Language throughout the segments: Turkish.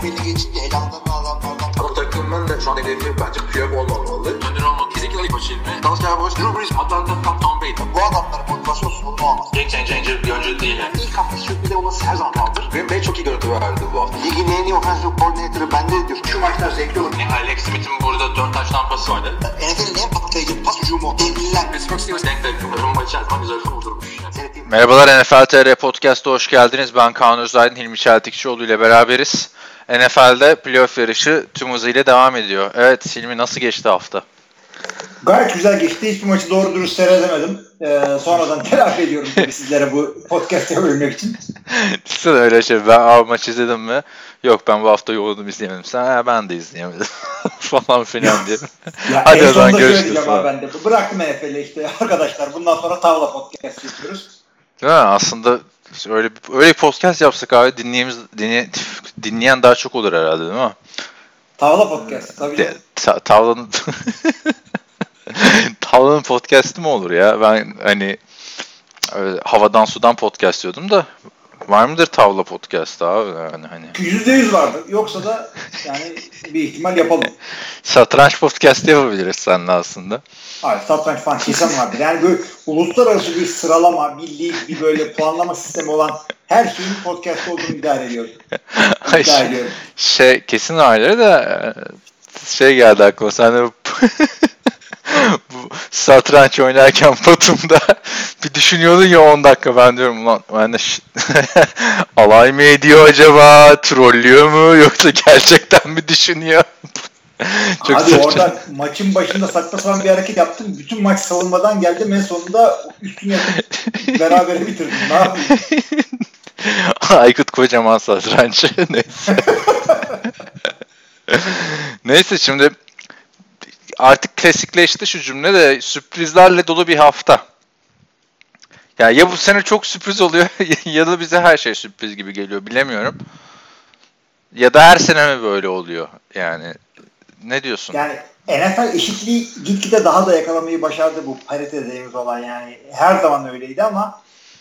belli geçince elamdan adamlardan. Ama takımın da şu an hedefi bence Piyok olmamalı. Önder olmak kesinlikle ilk başı ilmi. Dalsya Boş, Drew Brees, Atlanta, Tom Brady. Bu adamlar motivasyon sorunu olmaz. Game changer bir oyuncu değil yani. İlk hafta sürpriz olması her zaman kaldır. Green Bay çok iyi görüntü verdi bu hafta. Ligin en iyi offensive coordinator'ı bende diyor. Şu maçlar zevkli olur. Alex Smith'in burada 4 taş tampası vardı. NFL'in en patlayıcı pas hücumu. Devliler. Pittsburgh Steelers denk takım. Rumba içerisinde güzel kurdurmuş. Merhabalar, NFL TR Podcast'a hoş geldiniz. Ben Kaan Özaydın, Hilmi Çeltikçioğlu ile beraberiz. NFL'de playoff yarışı tüm hızıyla devam ediyor. Evet Hilmi, nasıl geçti hafta? Gayet güzel geçti. Hiçbir maçı doğru dürüst seyredemedim. Sonradan telafi ediyorum sizlere bu podcast yapabilmek için. Sen öyle şey. Ben maç izledim mi? Yok, ben bu hafta yoğundum, izleyemedim. Sen ben de izleyemedim falan filan diye. Hadi o zaman görüşürüz. Ben de bıraktım NFL'i işte arkadaşlar. Bundan sonra tavla podcast yapıyoruz. Değil mi? Aslında öyle bir podcast yapsak abi dinleyen daha çok olur herhalde, değil mi? Tavla podcast tabii. Tavlanın podcast'i mi olur ya? Ben hani havadan sudan podcast diyordum da var mıdır tavla podcast abi? Yani hani %100 vardır. Yoksa da yani bir ihtimal yapalım. Satranç podcast yapabiliriz seninle aslında. Hayır, satranç falan kesin vardır. Yani böyle uluslararası bir sıralama, bir lig, bir böyle puanlama sistemi olan her şeyin podcast olduğunu iddia ediyorum. Kesin vardır da geldi aklıma. Sen de bu satranç oynarken Batum'da bir düşünüyordun ya 10 dakika, ben diyorum ulan ben de alay mı ediyor acaba, trollüyor mu yoksa gerçekten mi düşünüyor? Çok hadi saçma. Orada maçın başında saçma sapan bir hareket yaptım. Bütün maç savunmadan geldim. En sonunda üstüne yatıp berabere bitirdim. Ne yapayım? Aykut Kocaman satranç. Neyse şimdi artık klasikleşti şu cümle de, sürprizlerle dolu bir hafta. Ya bu sene çok sürpriz oluyor ya da bize her şey sürpriz gibi geliyor, bilemiyorum. Ya da her sene mi böyle oluyor yani? Ne diyorsun? Yani NFL eşitliği gitgide daha da yakalamayı başardı, bu parite dediğimiz olay yani. Her zaman öyleydi ama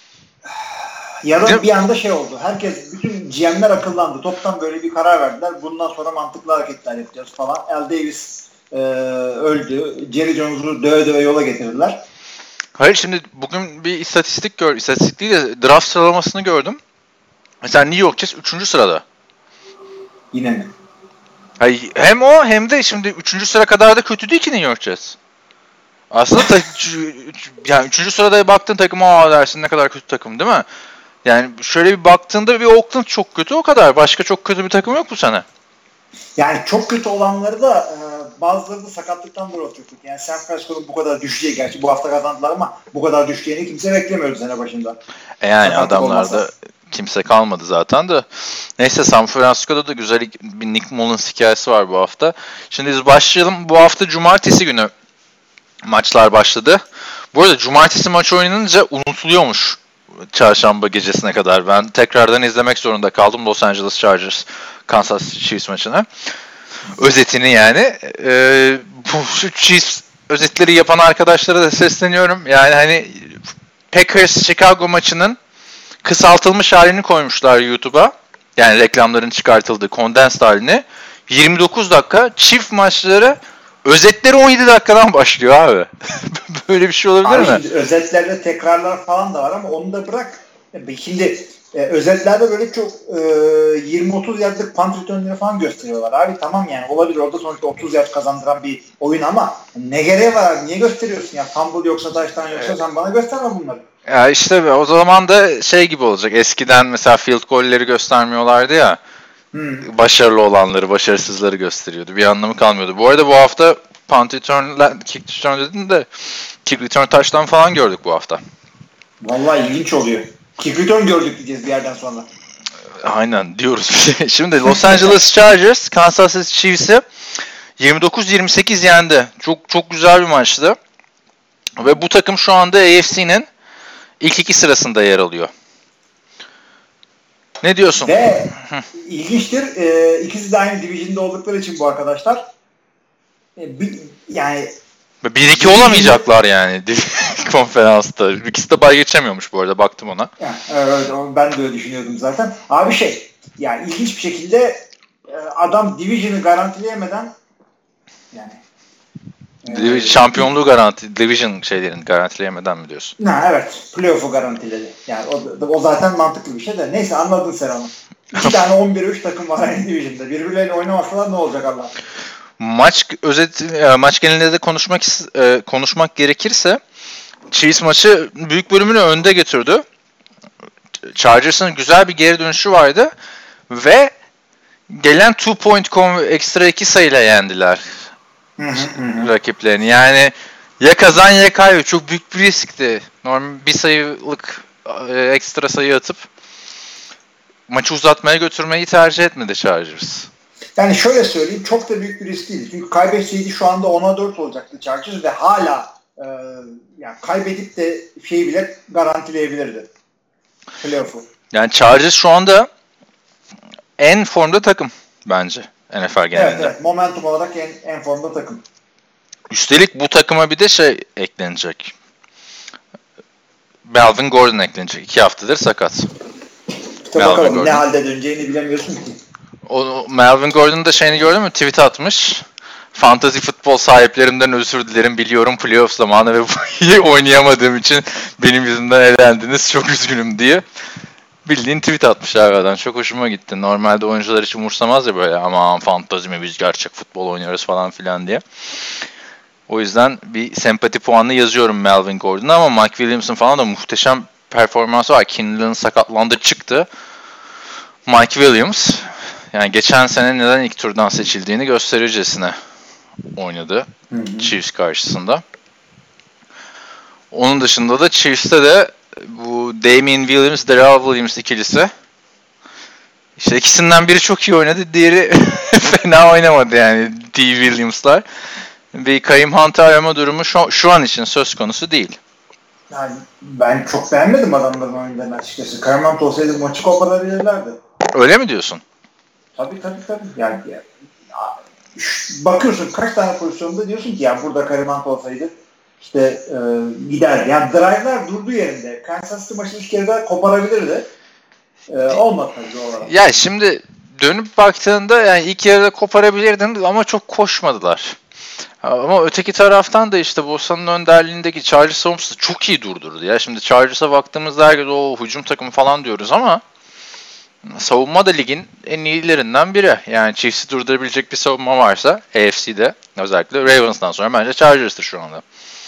ya da bir anda şey oldu. Herkes, bütün GM'ler akıllandı. Toptan böyle bir karar verdiler. Bundan sonra mantıklı hareketler yapacağız falan. Al Davis öldü. Jerry Jones'u döve yola getirdiler. Hayır, şimdi bugün bir istatistik değil de draft sıralamasını gördüm. Mesela New York Jets 3. sırada. Yine mi? Hayır, hem o hem de şimdi 3. sıra kadar da kötü değil ki New York Jets. Aslında yani 3. sırada baktığın takım dersin ne kadar kötü takım, değil mi? Yani şöyle bir baktığında bir Oakland çok kötü, o kadar. Başka çok kötü bir takım yok bu sene. Yani çok kötü olanları da bazıları da sakatlıktan dolayı oturttuk. Yani San Francisco'nun bu kadar düşeceği, gerçi bu hafta kazandılar ama bu kadar düşeceğini kimse beklemiyordu sene başında. Yani adamlarda kimse kalmadı zaten de. Neyse, San Francisco'da da güzel bir Nick Mullins hikayesi var bu hafta. Şimdi biz başlayalım. Bu hafta cumartesi günü maçlar başladı. Bu arada cumartesi maç oynanınca unutuluyormuş çarşamba gecesine kadar. Ben tekrardan izlemek zorunda kaldım Los Angeles Chargers Kansas City Chiefs maçını. Özetini yani. Bu Chiefs özetleri yapan arkadaşlara da sesleniyorum. Yani hani Packers Chicago maçının kısaltılmış halini koymuşlar YouTube'a. Yani reklamların çıkartıldığı condensed halini. 29 dakika. Çift maçları özetleri 17 dakikadan başlıyor abi. Böyle bir şey olabilir mi? Şimdi özetlerde tekrarlar falan da var ama onu da bırak. Şimdi özetlerde böyle çok 20-30 yardlık punt returnleri falan gösteriyorlar. Abi tamam, yani olabilir, orada sonuçta 30 yard kazandıran bir oyun ama ne gereği var abi? Niye gösteriyorsun ya? Fumble yoksa, touchdown yoksa evet. Sen bana gösterme bunları. Ya işte o zaman da şey gibi olacak. Eskiden mesela field goal'leri göstermiyorlardı ya. Başarılı olanları, başarısızları gösteriyordu. Bir anlamı kalmıyordu. Bu arada bu hafta punt return, kick return dedin de kick return touchdown falan gördük bu hafta. Vallahi ilginç oluyor. Kick return gördük diyeceğiz bir yerden sonra. Aynen diyoruz. Şimdi Los Angeles Chargers Kansas City Chiefs'i 29-28 yendi. Çok güzel bir maçtı. Ve bu takım şu anda AFC'nin ilk 2 sırasında yer alıyor. Ne diyorsun? Ve ilginçtir. İkisi de aynı division'da oldukları için bu arkadaşlar. Yani 1-2 olamayacaklar yani konferansta. İkisi de bay geçemiyormuş bu arada, baktım ona. Yani, evet, ben de öyle düşünüyordum zaten. Abi yani ilginç bir şekilde adam Division'ı garantileyemeden yani Şampiyonluğu Division şeylerini garantileyemeden mi diyorsun? Evet. Playoff'u garantiledi. Yani o zaten mantıklı bir şey de. Neyse anladın sen onu. 2 tane 11-3 takım var aynı Division'da. Birbirleriyle oynamasalar ne olacak Allah? Maç genelinde de konuşmak gerekirse Chiefs maçı büyük bölümünü önde götürdü. Chargers'ın güzel bir geri dönüşü vardı ve gelen 2-point ekstra 2 sayıyla yendiler rakiplerini. Yani ya kazan ya kaybet. Çok büyük bir riskti. Normal bir sayılık ekstra sayı atıp maçı uzatmaya götürmeyi tercih etmedi Chargers. Yani şöyle söyleyeyim, çok da büyük bir risk değil. Çünkü kaybetseydi şu anda 10'a 4 olacaktı Chargers ve hala yani kaybedip de şeyi bile garantileyebilirdi. Playoff'u. Yani Chargers şu anda en formda takım bence NFL genelinde. Evet. Momentum olarak en formda takım. Üstelik bu takıma bir de şey eklenecek. Melvin Gordon eklenecek. 2 haftadır sakat. İşte bakalım ne halde döneceğini bilemiyorsun ki. O Melvin Gordon'un da şeyini gördün mü? Tweet atmış. Fantasy futbol sahiplerinden özür dilerim. Biliyorum playoff zamanı ve bu oynayamadığım için benim yüzümden elendiniz. Çok üzgünüm diye. Bildiğin tweet atmış abi. Çok hoşuma gitti. Normalde oyuncular hiç umursamaz ya böyle aman fantazi mi biz gerçek futbol oynuyoruz falan filan diye. O yüzden bir sempati puanını yazıyorum Melvin Gordon'a ama Mike Williams'ın falan da muhteşem performansı var. Kinlack'ın sakatlandı çıktı. Mike Williams yani geçen sene neden ilk turdan seçildiğini göstericesine oynadı Chiefs karşısında. Onun dışında da Chiefs'te de bu Damien Williams, Darrell Williams ikilisi. İşte ikisinden biri çok iyi oynadı, diğeri fena oynamadı yani D. Williams'lar. Bir Kareem Hunt'ı arama durumu şu an için söz konusu değil. Yani ben çok beğenmedim adamların oyunlarını açıkçası. Kareem Hunt olsaydı maçı koparabilirlerdi. Öyle mi diyorsun? Tabii. Yani bakıyorsun kaç tane pozisyonda diyorsun ki ya burada Kareem Hunt olsaydı işte giderdi. Yani drive'lar durduğu yerinde. Kansas City maçını 2 kere daha koparabilirdi. Olmadı tabii olarak. Ya şimdi dönüp baktığında yani ilk yarıda koparabilirdin ama çok koşmadılar. Ama öteki taraftan da işte Boston'un önderliğindeki Chargers savunması çok iyi durdurdu. Ya şimdi Chargers'a baktığımızda herkes o hücum takımı falan diyoruz ama savunma da ligin en iyilerinden biri. Yani Chiefs'i durdurabilecek bir savunma varsa AFC'de özellikle Ravens'tan sonra bence Chargers'tır şu anda.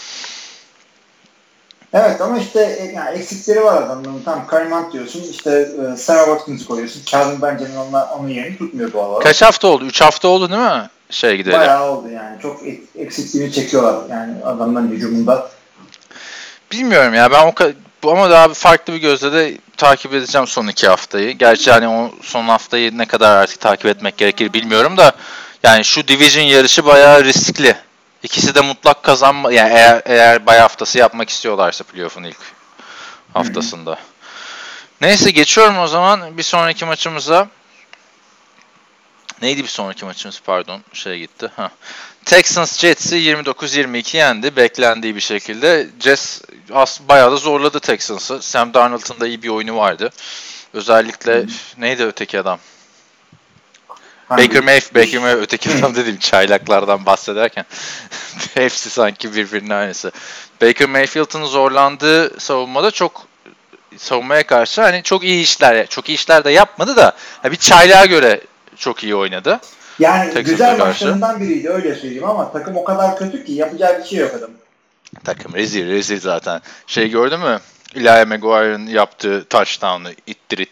Evet ama işte yani eksikleri var adamların. Tam Kareem Hunt diyorsun. İşte Sarah Watkins'i koyuyorsun. Calvin Benjamin onun yerini tutmuyor doğal olarak. Kaç hafta oldu? 3 hafta oldu değil mi? Gidelim. Bayağı oldu yani. Çok eksikliğini çekiyorlar yani adamların hücumunda. Bilmiyorum ya ben ama daha farklı bir gözle de takip edeceğim son 2 haftayı. Gerçi hani o son haftayı ne kadar artık takip etmek gerekir bilmiyorum da yani şu division yarışı bayağı riskli. İkisi de mutlak kazanma yani eğer bay haftası yapmak istiyorlarsa playoff'un ilk haftasında. Neyse geçiyorum o zaman bir sonraki maçımıza. Neydi bir sonraki maçımız pardon gitti. Texans Jets'i 29-22 yendi beklendiği bir şekilde. Jets bayağı da zorladı Texans'ı. Sam Darnold'un da iyi bir oyunu vardı. Özellikle neydi öteki adam? Baker Mayfield öteki adam dedim çaylaklardan bahsederken. Hepsi sanki birbirine aynısı. Baker Mayfield'ın zorlandığı savunmada savunmaya karşı hani çok iyi işler de yapmadı da bir çaylağa göre çok iyi oynadı. Yani Texas'a güzel karşı. maçlarından biriydi öyle söyleyeyim ama takım o kadar kötü ki yapacağı bir şey yok adam. Takım rezil zaten. Gördün mü? Eli Maguire'ın yaptığı touchdown'ı ittir.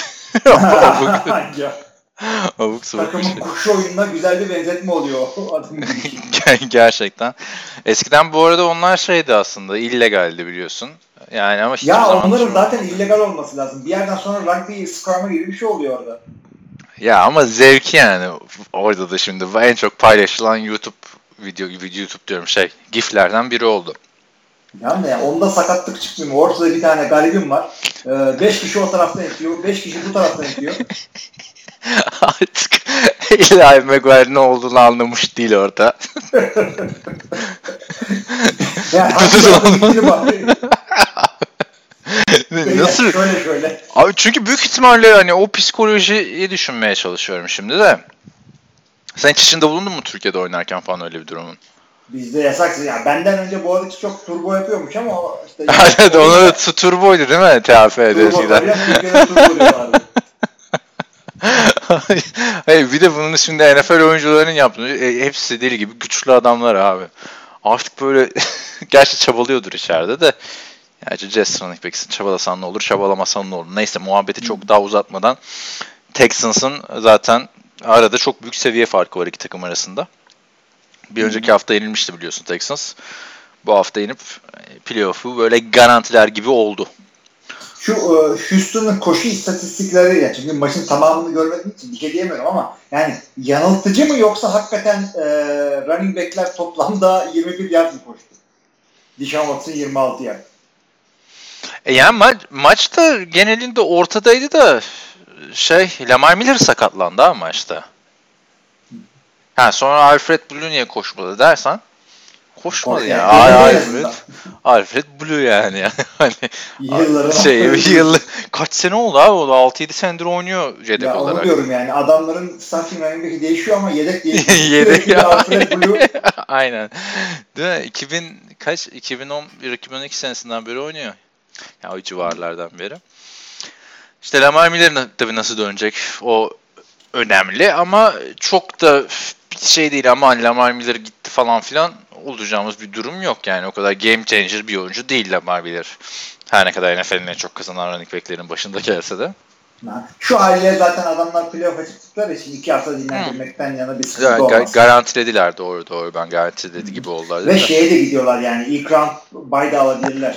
Abuk takımın koşu oyununa güzel bir benzetme oluyor adamın. Gerçekten. Eskiden bu arada onlar aslında illegaldi biliyorsun. Yani ama ya onların zaten illegal olması lazım. Bir yerden sonra rugby sıkarma gibi bir şey oluyor orada. Ya ama zevki yani. Orada da şimdi en çok paylaşılan YouTube diyorum GIF'lerden biri oldu. Yani onda sakatlık çıkmıyor. Ortada bir tane galibim var. 5 kişi o taraftan itiyor. 5 kişi bu taraftan itiyor. Artık Eli Maguire ne olduğunu anlamış değil orada. Yani nasıl? Şöyle. Abi çünkü büyük ihtimalle hani o psikolojiyi düşünmeye çalışıyorum şimdi de. Sen hiç içinde bulundun mu Türkiye'de oynarken falan öyle bir durumun? Bizde yasak. Yani benden önce bu arada çok turbo yapıyormuş ama işte Evet, onu da turboydu değil mi? TFF'de turbo eskiden. Türkiye'de turbo diyorlardı. Hayır, bir de bunun şimdi NFL oyuncularının yaptığı hepsi deli gibi güçlü adamlar abi. Artık böyle gerçi çabalıyordur içeride de. Gerçi Jets running back'sin, çabalasan ne olur, çabalamasan ne olur. Neyse, muhabbeti çok daha uzatmadan Texans'ın zaten arada çok büyük seviye farkı var iki takım arasında. Bir önceki hafta yenilmişti biliyorsun Texans. Bu hafta yenip playoff'u böyle garantiler gibi oldu. Şu Houston'un koşu istatistikleri, ya çünkü maçın tamamını görmediğim için bir şey diyemiyorum ama yani yanıltıcı mı yoksa hakikaten running back'ler toplamda 21 yard mı koştu? Deshaun Watson 26 yard. Yani maçta genelinde ortadaydı da Lamar Miller sakatlandı ha maçta. Sonra Alfred Blue niye koşmadı dersen koşmadı ya. Alfred Blue yani. Hani kaç sene oldu abi, o da 6-7 senedir oynuyor yedek ya olarak. Onu diyorum yani, adamların starting running back'i değişiyor ama yedek değişiyor. Yedek Alfred Blue. Aynen. Değil mi? 2011-2012 senesinden beri oynuyor. Ya o civarlardan beri. İşte Lamar Miller tabii nasıl dönecek o önemli ama çok da bir şey değil ama Lamar Miller gitti falan filan olacağımız bir durum yok yani. O kadar game changer bir oyuncu değil Lamar Miller. Her ne kadar NFL'in en çok kazanan running back'lerin başında gelse de. Şu haliyle zaten adamlar playoff'a çıktıkları için 2 hafta dinlendirmekten yana bir sıkıntı olmaz. Garantilediler, doğru. Ben garantiledi gibi oldular. Ve şeye de gidiyorlar yani, ilk round bye da alabilirler.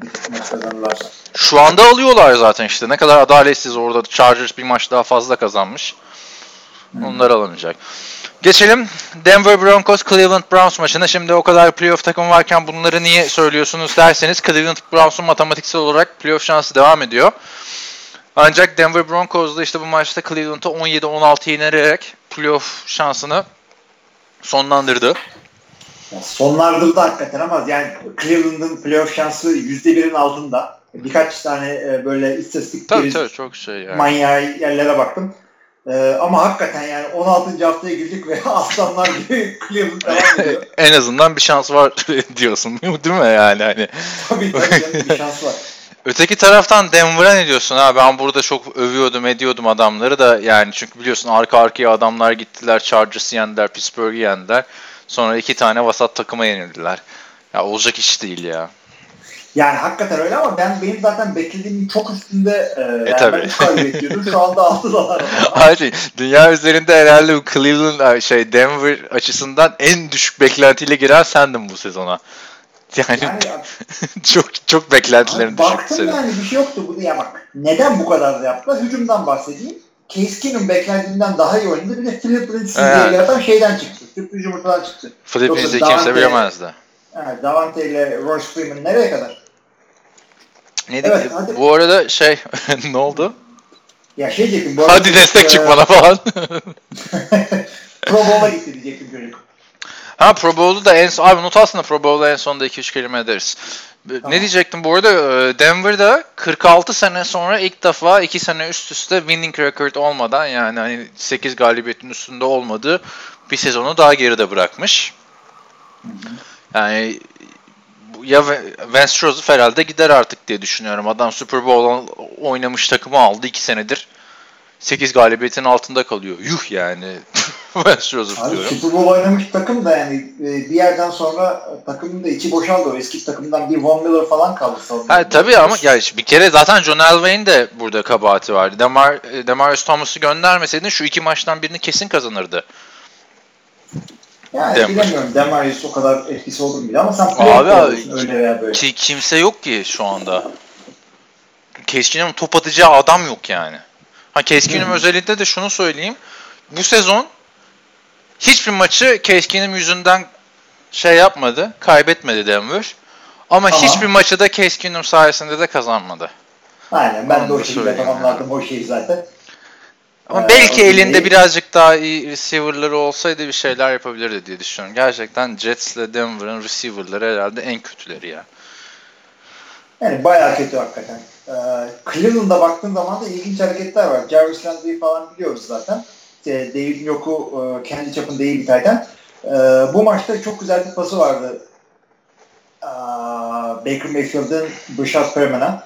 Şu anda alıyorlar zaten işte. Ne kadar adaletsiz, orada Chargers bir maç daha fazla kazanmış. Onlar alamayacak. Geçelim Denver Broncos Cleveland Browns maçına. Şimdi o kadar playoff takım varken bunları niye söylüyorsunuz derseniz, Cleveland Browns'un matematiksel olarak playoff şansı devam ediyor. Ancak Denver Broncos da işte bu maçta Cleveland'ı 17-16 yenerek playoff şansını sonlandırdı. Sonlandırdı hakikaten ama yani Cleveland'ın playoff şansı %1'in altında. Birkaç tane böyle istatistik tabii çok yani. Manyağı yerlere baktım. Ama hakikaten yani 16. haftaya girdik ve aslanlar gibi Cleveland devam ediyor. En azından bir şans var diyorsun değil mi yani? Hani. Tabii bir şans var. Öteki taraftan Denver'a ne diyorsun ha? Ben burada çok övüyordum, ediyordum adamları da yani, çünkü biliyorsun arka arkaya adamlar gittiler, Chargers'ı yendiler, Pittsburgh'ı yendiler. Sonra 2 tane vasat takıma yenildiler. Ya olacak iş değil ya. Yani hakikaten öyle ama benim zaten beklediğimin çok üstünde tabii. ben 3 bekliyordum. Şu anda 6'dalar. Hayır, dünya üzerinde herhalde bu Cleveland Denver açısından en düşük beklentiyle giren sendin bu sezona. Yani çok beklentilerin düşük. Baktım yani bir şey yoktu. Bu ya bak. Neden bu kadar da yaptılar? Hücumdan bahsedeyim. Case Keenum beklediğimden daha iyi oynadı. Bir de Philip Lindsay diye bir adam şeyden çıktı. Sürpriz yumurtadan çıktı. Philip Lindsay'i kimse bilemezdi. Evet, Davante ile Royce Freeman nereye kadar? Evet, bu arada ne oldu? Ya diyecektim. Bu hadi destek çık bana falan. Pro Bowl'a gitti diyecektim çocuk. Ha, Pro Bowl'u da abi not aslında, Pro Bowl'u en sonunda 2-3 kelime ederiz. Tamam. Ne diyecektim bu arada? Denver'da 46 sene sonra ilk defa 2 sene üst üste winning record olmadan, yani hani 8 galibiyetin üstünde olmadığı bir sezonu daha geride bırakmış. Yani ya Vance Joseph herhalde gider artık diye düşünüyorum. Adam Super Bowl oynamış takımı aldı 2 senedir. 8 galibiyetin altında kalıyor. Yuh yani. Vance Joseph diyorum. Super Bowl oynamış takım da yani bir yerden sonra takımın da içi boşaldı. O eski takımdan bir Von Miller falan kaldı. Ha tabii ama ya bir kere zaten John Elway'in de burada kabahati vardı. Demarius Thomas'ı göndermeseydin şu 2 maçtan birini kesin kazanırdı. Yani bilemiyorum. Demarius o kadar etkisi olur mu? Ama sen abi öyle veya böyle. Kimse yok ki şu anda. Case Keenum'un top atacağı adam yok yani. Case Keenum özellikle de şunu söyleyeyim. Bu sezon hiçbir maçı Case Keenum yüzünden yapmadı. Kaybetmedi Denver. Ama hiçbir maçı da Case Keenum sayesinde de kazanmadı. Aynen, ben de o şekilde tamamladım o şeyi zaten. Ama belki elinde birazcık daha iyi receiver'ları olsaydı bir şeyler yapabilirdi diye düşünüyorum. Gerçekten Jets'le Denver'ın receiver'ları herhalde en kötüleri ya. Yani bayağı kötü hakikaten. Cleveland'a baktığın zaman da ilginç hareketler var. Jarvis Landry'i falan biliyoruz zaten. David Njoku kendi çapında iyi bir tight end. Bu maçta çok güzel bir pası vardı. Baker Mayfield'ın Breshad Perriman'a.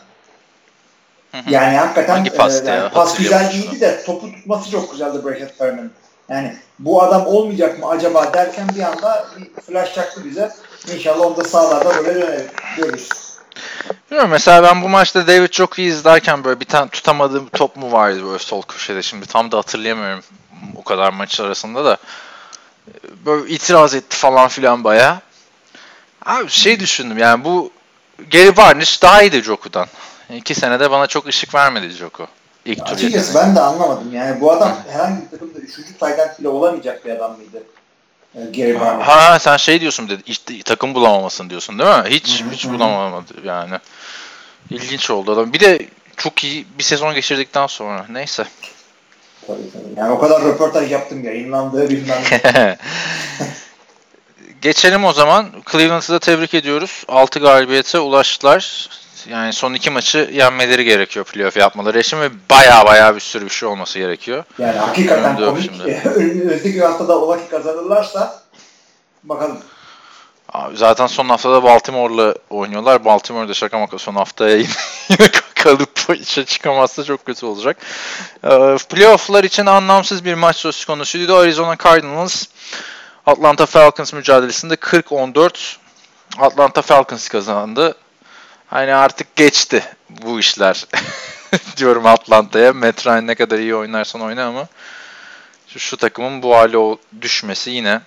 Yani hakikaten pas güzel değildi de topu tutması çok güzeldi Breshad Perriman'ın. Yani bu adam olmayacak mı acaba derken bir anda bir flash çaktı bize. İnşallah onu da sağlarda böyle görürüz. Bilmiyorum, mesela ben bu maçta David çok iyi izlerken böyle bir tane tutamadığım top mu vardı böyle sol köşede, şimdi tam da hatırlayamıyorum o kadar maç arasında da. Böyle itiraz etti falan filan bayağı. Abi düşündüm yani, bu Gary Barnidge daha iyiydi Joku'dan. 2 senede bana çok ışık vermedi Joku. İlk tur açıkçası ben de anlamadım. Yani bu adam herhangi bir takımda 3. tight end bile olamayacak bir adam mıydı? Gary Barnidge. Sen diyorsun dedi. İşte takım bulamamasın diyorsun değil mi? Hiç bulamadı yani. İlginç oldu adam. Bir de çok iyi bir sezon geçirdikten sonra. Neyse. Tabii. Yani o kadar röportaj yaptım ya. İnandığı bilmem ne. Geçelim o zaman. Cleveland'ı da tebrik ediyoruz. 6 galibiyete ulaştılar. Yani son 2 maçı yenmeleri gerekiyor playoff yapmaları için ve baya bir sürü bir şey olması gerekiyor. Yani hakikaten komik. Önümüzdeki haftada ola ki kazanırlarsa bakalım. Abi zaten son haftada Baltimore'la oynuyorlar. Baltimore'da şaka maka son haftaya yine kalıp işe çıkamazsa çok kötü olacak. Playoff'lar için anlamsız bir maç söz konusuydu. Arizona Cardinals Atlanta Falcons mücadelesinde 40-14 Atlanta Falcons kazandı. Hani artık geçti bu işler diyorum Atlanta'ya. Matt Ryan ne kadar iyi oynarsan oyna ama şu takımın bu hale düşmesi yine.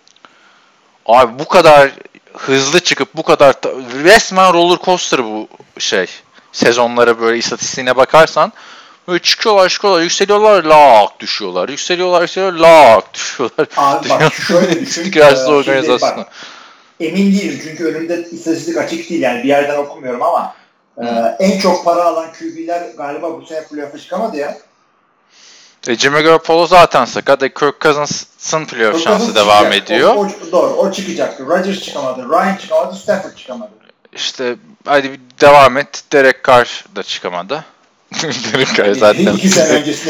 Abi bu kadar hızlı çıkıp bu kadar resmen roller coaster bu sezonlara böyle istatistiğine bakarsan böyle çıkıyorlar yükseliyorlar lak düşüyorlar lak düşüyorlar. Abi bak şöyle düşün. İstikrarsız organizasyonu. Emin değilim çünkü önümde istatistik açık değil yani bir yerden okumuyorum ama en çok para alan QB'ler galiba bu sene playoff'a çıkamadı ya. Jimmy Garoppolo zaten sakat. Kirk Cousins'ın playoff şansı devam ediyor. Doğru, o çıkacaktı. Rodgers çıkamadı, Ryan çıkamadı, Stafford çıkamadı. İşte hadi bir devam et. Derek Carr da çıkamadı. Derek Carr zaten. 2 sene öncesinde.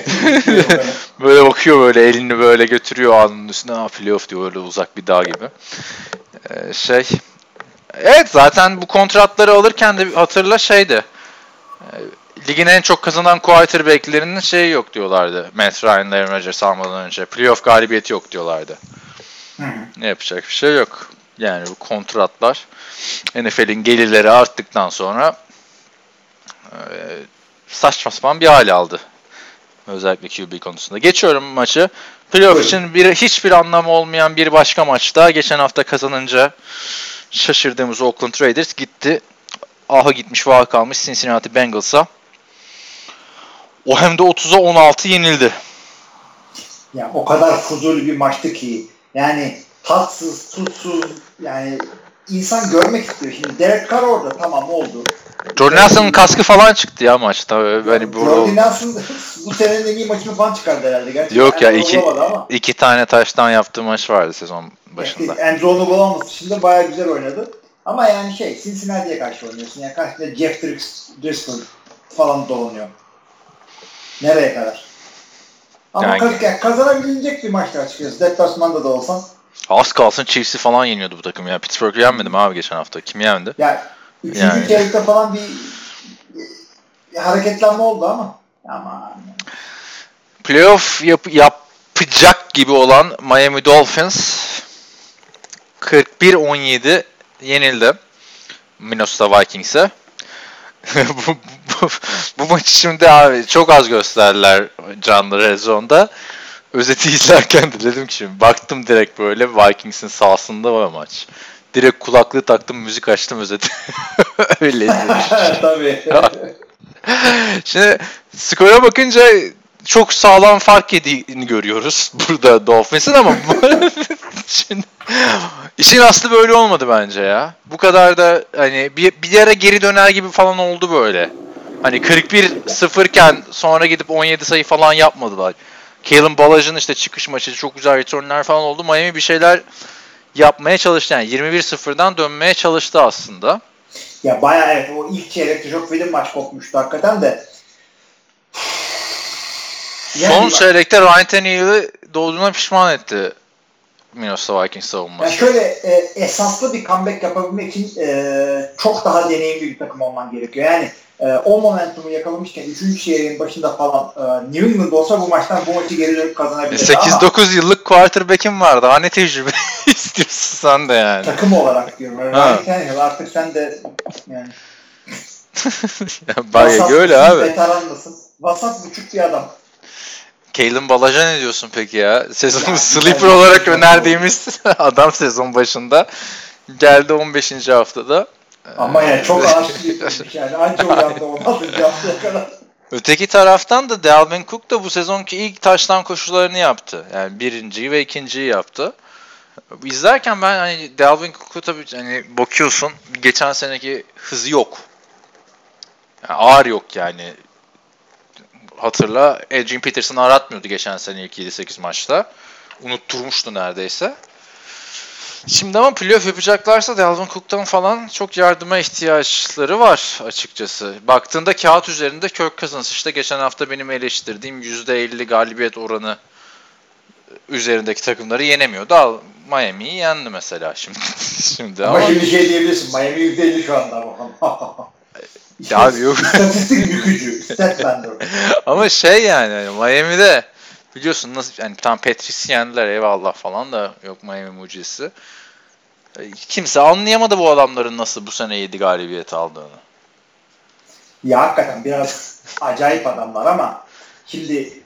Böyle bakıyor, böyle elini böyle götürüyor alnının üstüne. Playoff diyor, öyle uzak bir dağ gibi. Evet, zaten bu kontratları alırken de hatırla ligin en çok kazanan quarterback'lerinin yok diyorlardı. Matt Ryan'la Aaron Rodgers almadan önce. Playoff galibiyeti yok diyorlardı. Ne yapacak bir şey yok. Yani bu kontratlar NFL'in gelirleri arttıktan sonra saçma sapan bir hale aldı. Özellikle QB konusunda. Geçiyorum maçı. Playoff için hiçbir anlamı olmayan bir başka maçta geçen hafta kazanınca şaşırdığımız Oakland Raiders gitti. Gitmiş vah kalmış Cincinnati Bengals'a. O hem de 30'a 16 yenildi. Ya o kadar fuzuli bir maçtı ki yani tatsız, tutsuz yani insan görmek istiyor. Şimdi Derek Carr orada tamam oldu. Jordan Nelson'ın kaskı falan çıktı ya maçta. Jordan Nelson bu senenin en iyi maçını falan çıkardı herhalde. Gerçekten yok ya, iki tane taştan yaptığı maç vardı sezon başında. Andrew'un gol olması dışında bayağı güzel oynadı. Ama yani Cincinnati'ye karşı oynuyorsun. Yani karşıda Jeff Driscoll falan dolanıyor. Nereye kadar? Ama kazanabilecek bir maçtı açıkçası. Deplasmanda da olsan. Az kalsın Chiefs'i falan yeniyordu bu takım ya. Pittsburgh'u yenmedi mi abi geçen hafta? Kim yendi? Ya 3. çeyrekte falan bir hareketlenme oldu ama. Playoff yapacak gibi olan Miami Dolphins 41-17 yenildi Minnesota Vikings'e. bu maçı şimdi abi çok az gösterdiler canlı Red Zone'da. Özeti izlerken de dedim ki şimdi baktım direkt böyle Vikings'in sahasında var maç. Direkt kulaklığı taktım, müzik açtım, özeti. Öyle izledim. Tabii. Şimdi skora bakınca çok sağlam fark yediğini görüyoruz burada Dolphins'in ama şimdi işin aslı böyle olmadı bence ya. Bu kadar da hani bir yere geri döner gibi falan oldu böyle. Hani 41-0 iken sonra gidip 17 sayı falan yapmadılar. Kalen Ballage'ın çıkış maçı çok güzel returnler falan oldu. Miami bir şeyler yapmaya çalıştı. Yani 21-0'dan dönmeye çalıştı aslında. Ya bayağı evet, o ilk çeyrekte çok film maç kopmuştu hakikaten de. Son çeyrekte Ryan Tannehill'i doğduğuna pişman etti Minnesota Vikings savunması. Yani şöyle esaslı bir comeback yapabilmek için çok daha deneyimli bir takım olman gerekiyor. Yani o momentumu yakalamışken 3. çeyreğin başında falan New England olsa bu maçı geri dönüp kazanabilirdi. 8-9 yıllık quarterback'im var. Daha ne tecrübe istiyorsun sen de yani. Takım olarak diyorum. Ryan Tannehill artık sen de yani Bayağı öyle abi. Veteran mısın? Vasat buçuk bir adam. Kalen Ballag'a ne diyorsun peki ya? Sezonun sleeper olarak önerdiğimiz adam sezon başında geldi 15. haftada. Ama yani çok ağır sleepermiş yani. Anca uyandı 16. haftaya kadar. Öteki taraftan da Dalvin Cook da bu sezonki ilk taştan koşularını yaptı. Yani birinciyi ve ikinciyi yaptı. İzlerken ben hani Dalvin Cook'u tabii hani bakıyorsun geçen seneki hızı yok. Yani ağır yok yani. Hatırla Adrian Peterson'ı aratmıyordu geçen sene ilk 7-8 maçta. Unutturmuştu neredeyse. Şimdi ama playoff yapacaklarsa Dalvin Cook'tan falan çok yardıma ihtiyaçları var açıkçası. Baktığında kağıt üzerinde Kirk Cousins işte geçen hafta benim eleştirdiğim %50 galibiyet oranı üzerindeki takımları yenemiyordu. Miami'yi yendi mesela şimdi. Ama şimdi şey diyebilirsin. Miami %50 şu anda. İşte abi yok. İstatistik yükücü. Stat bender. Ama şey yani Miami'de biliyorsun nasıl yani tam Patrice'i yendiler eyvallah falan da yok Miami mucizesi. Kimse anlayamadı bu adamların nasıl bu sene 7 galibiyet aldığını. Ya hakikaten biraz acayip adamlar ama şimdi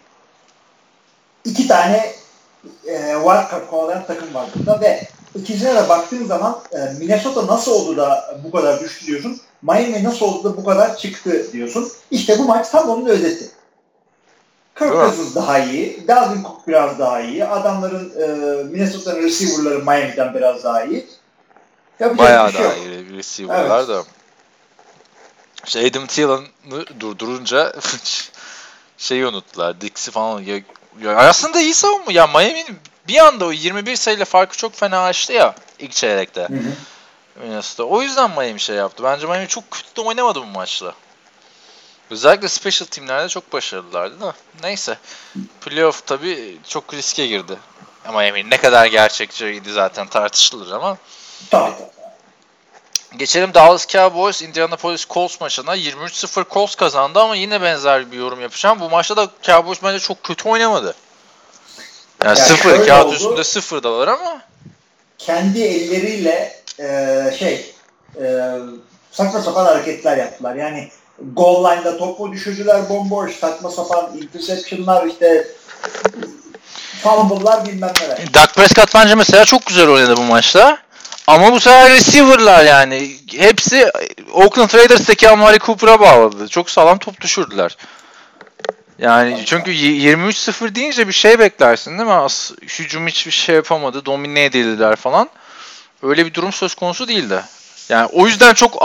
2 tane wildcard kovalayan takım var burada ve ikincisine de baktığın zaman Minnesota nasıl oldu da bu kadar düştü diyorsun. Miami nasıl oldu da bu kadar çıktı diyorsun. İşte bu maç tam onun özeti. Kirk Cousins daha iyi. Dalvin Cook biraz daha iyi. Adamların Minnesota'nın receiver'ları Miami'den biraz daha iyi. Bayağı daha iyi receiver'lar da. İşte Adam Thielen'ı durdurunca şeyi unuttular. Dix'i falan. Ya aslında iyi savunma. Ya Miami'nin bir anda o 21 sayıyla farkı çok fena açtı ya ilk çeyrekte. Minnesota. O yüzden Miami şey yaptı. Bence Miami çok kötü de oynamadı bu maçla. Özellikle special teamlerde çok başarılılardı da. Neyse. Playoff tabii çok riske girdi. Miami ne kadar gerçekçiydi zaten tartışılır ama. Tabii. Geçelim Dallas Cowboys Indianapolis Colts maçına. 23-0 Colts kazandı ama yine benzer bir yorum yapacağım. Bu maçta da Cowboys bence çok kötü oynamadı. Yani sıfır, kağıt üstünde sıfırdalar ama. Kendi elleriyle saçma sapan hareketler yaptılar. Yani goal line'da topu düşürdüler bomboş, saçma sapan interception'lar işte fumble'lar bilmem neler. Dak Prescott bence mesela çok güzel oynadı bu maçta. Ama bu sefer receiver'lar yani hepsi Oakland Raiders'taki Amari Cooper'a bağladı. Çok sağlam top düşürdüler. Yani çünkü 23-0 deyince bir şey beklersin değil mi? Hücum hiçbir şey yapamadı, domine edildiler falan. Öyle bir durum söz konusu değildi. Yani o yüzden çok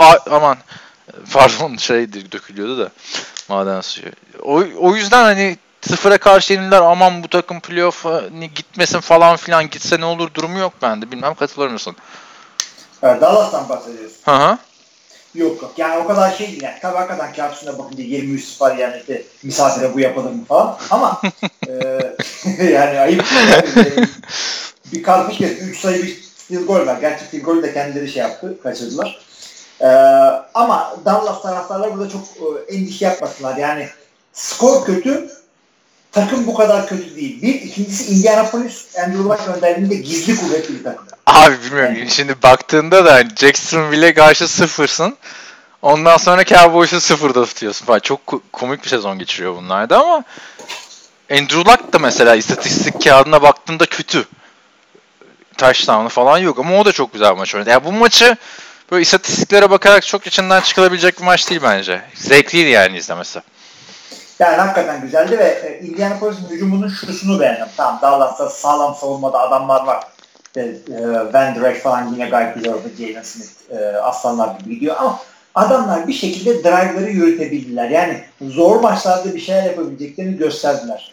dökülüyordu da maden suyu. O yüzden hani sıfıra karşı yenildiler aman bu takım playoff'a gitmesin falan filan gitse ne olur durumu yok bende. Bilmem katılır mısın? Dallas'tan bahsediyorsun. Hı. Yok. Yani o kadar şey değil. Yani tabii hakikaten kağıt üstüne bakınca 23-0 yani işte misafire bu yapılır mı falan. Ama yani ayıp. Yani, bir kalmış kez 3 sayı bir field goal var. Gerçi field golü de kendileri şey yaptı. Kaçırdılar. Ama Dallas taraftarları burada çok endişe yapmasınlar. Yani skor kötü. Takım bu kadar kötü değil. İkincisi Indianapolis Andrew Luck önderliğinde gizli kuvvetli bir takım. Abi bilmiyorum. Yani. Şimdi baktığında da Jacksonville'e karşı sıfırsın. Ondan sonra Cowboys'u sıfırda tutuyorsun falan. Çok komik bir sezon geçiriyor bunlar da ama Andrew Luck da mesela istatistik kağıdına baktığında kötü. Touchdown'u falan yok ama o da çok güzel bir maç oynadı. Yani bu maçı böyle istatistiklere bakarak çok içinden çıkılabilecek bir maç değil bence. Zevkliydi yani izlemesi. Yani hakikaten güzeldi ve Indianapolis'in hücumunun şusunu beğendim. Tamam Dallas'ta sağlam savunmada adamlar var. Van Der Esch falan yine gayet güzel oldu. Jalen Smith aslanlar gibi gidiyor ama adamlar bir şekilde drive'ları yürütebildiler. Yani zor maçlarda bir şeyler yapabileceklerini gösterdiler.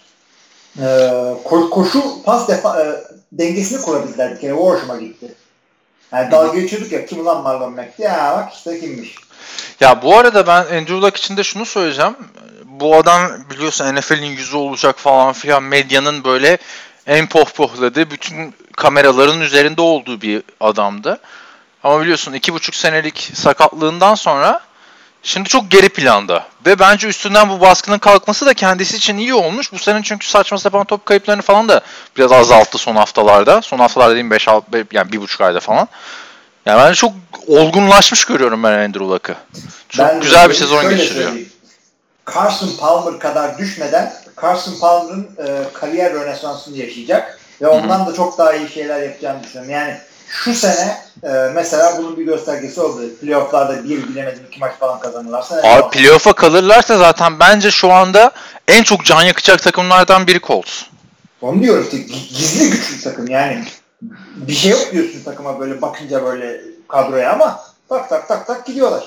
Koşu pas dengesini kurabildiler bir kere. O hoşuma gitti. Yani dalga geçiyorduk ya kim ulan Marlon Mack? Ya bak işte kimmiş. Ya bu arada ben Andrew Luck için de şunu söyleyeceğim. Bu adam biliyorsun NFL'in yüzü olacak falan filan, medyanın böyle en pohpohladığı, bütün kameraların üzerinde olduğu bir adamdı. Ama biliyorsun 2,5 senelik sakatlığından sonra şimdi çok geri planda. Ve bence üstünden bu baskının kalkması da kendisi için iyi olmuş. Bu sene çünkü saçma sapan top kayıplarını falan da biraz azalttı son haftalarda. Son haftalarda dediğim 5-6, yani 1,5 ayda falan. Yani ben çok olgunlaşmış görüyorum ben Andrew Luck'ı. Çok Ben güzel bir sezon geçiriyor. Carson Palmer kadar düşmeden Carson Palmer'ın kariyer rönesansını yaşayacak ve ondan da çok daha iyi şeyler yapacağını düşünüyorum. Yani şu sene mesela bunun bir göstergesi oldu. Playoff'larda bilemedim 2 maç falan kazanırlarsa. Abi playoff'a kalırlarsa zaten bence şu anda en çok can yakacak takımlardan biri Colts. Onu diyorum işte, gizli güçlü takım yani. Bir şey yok diyorsun takıma böyle bakınca böyle kadroya, ama tak tak tak tak gidiyorlar.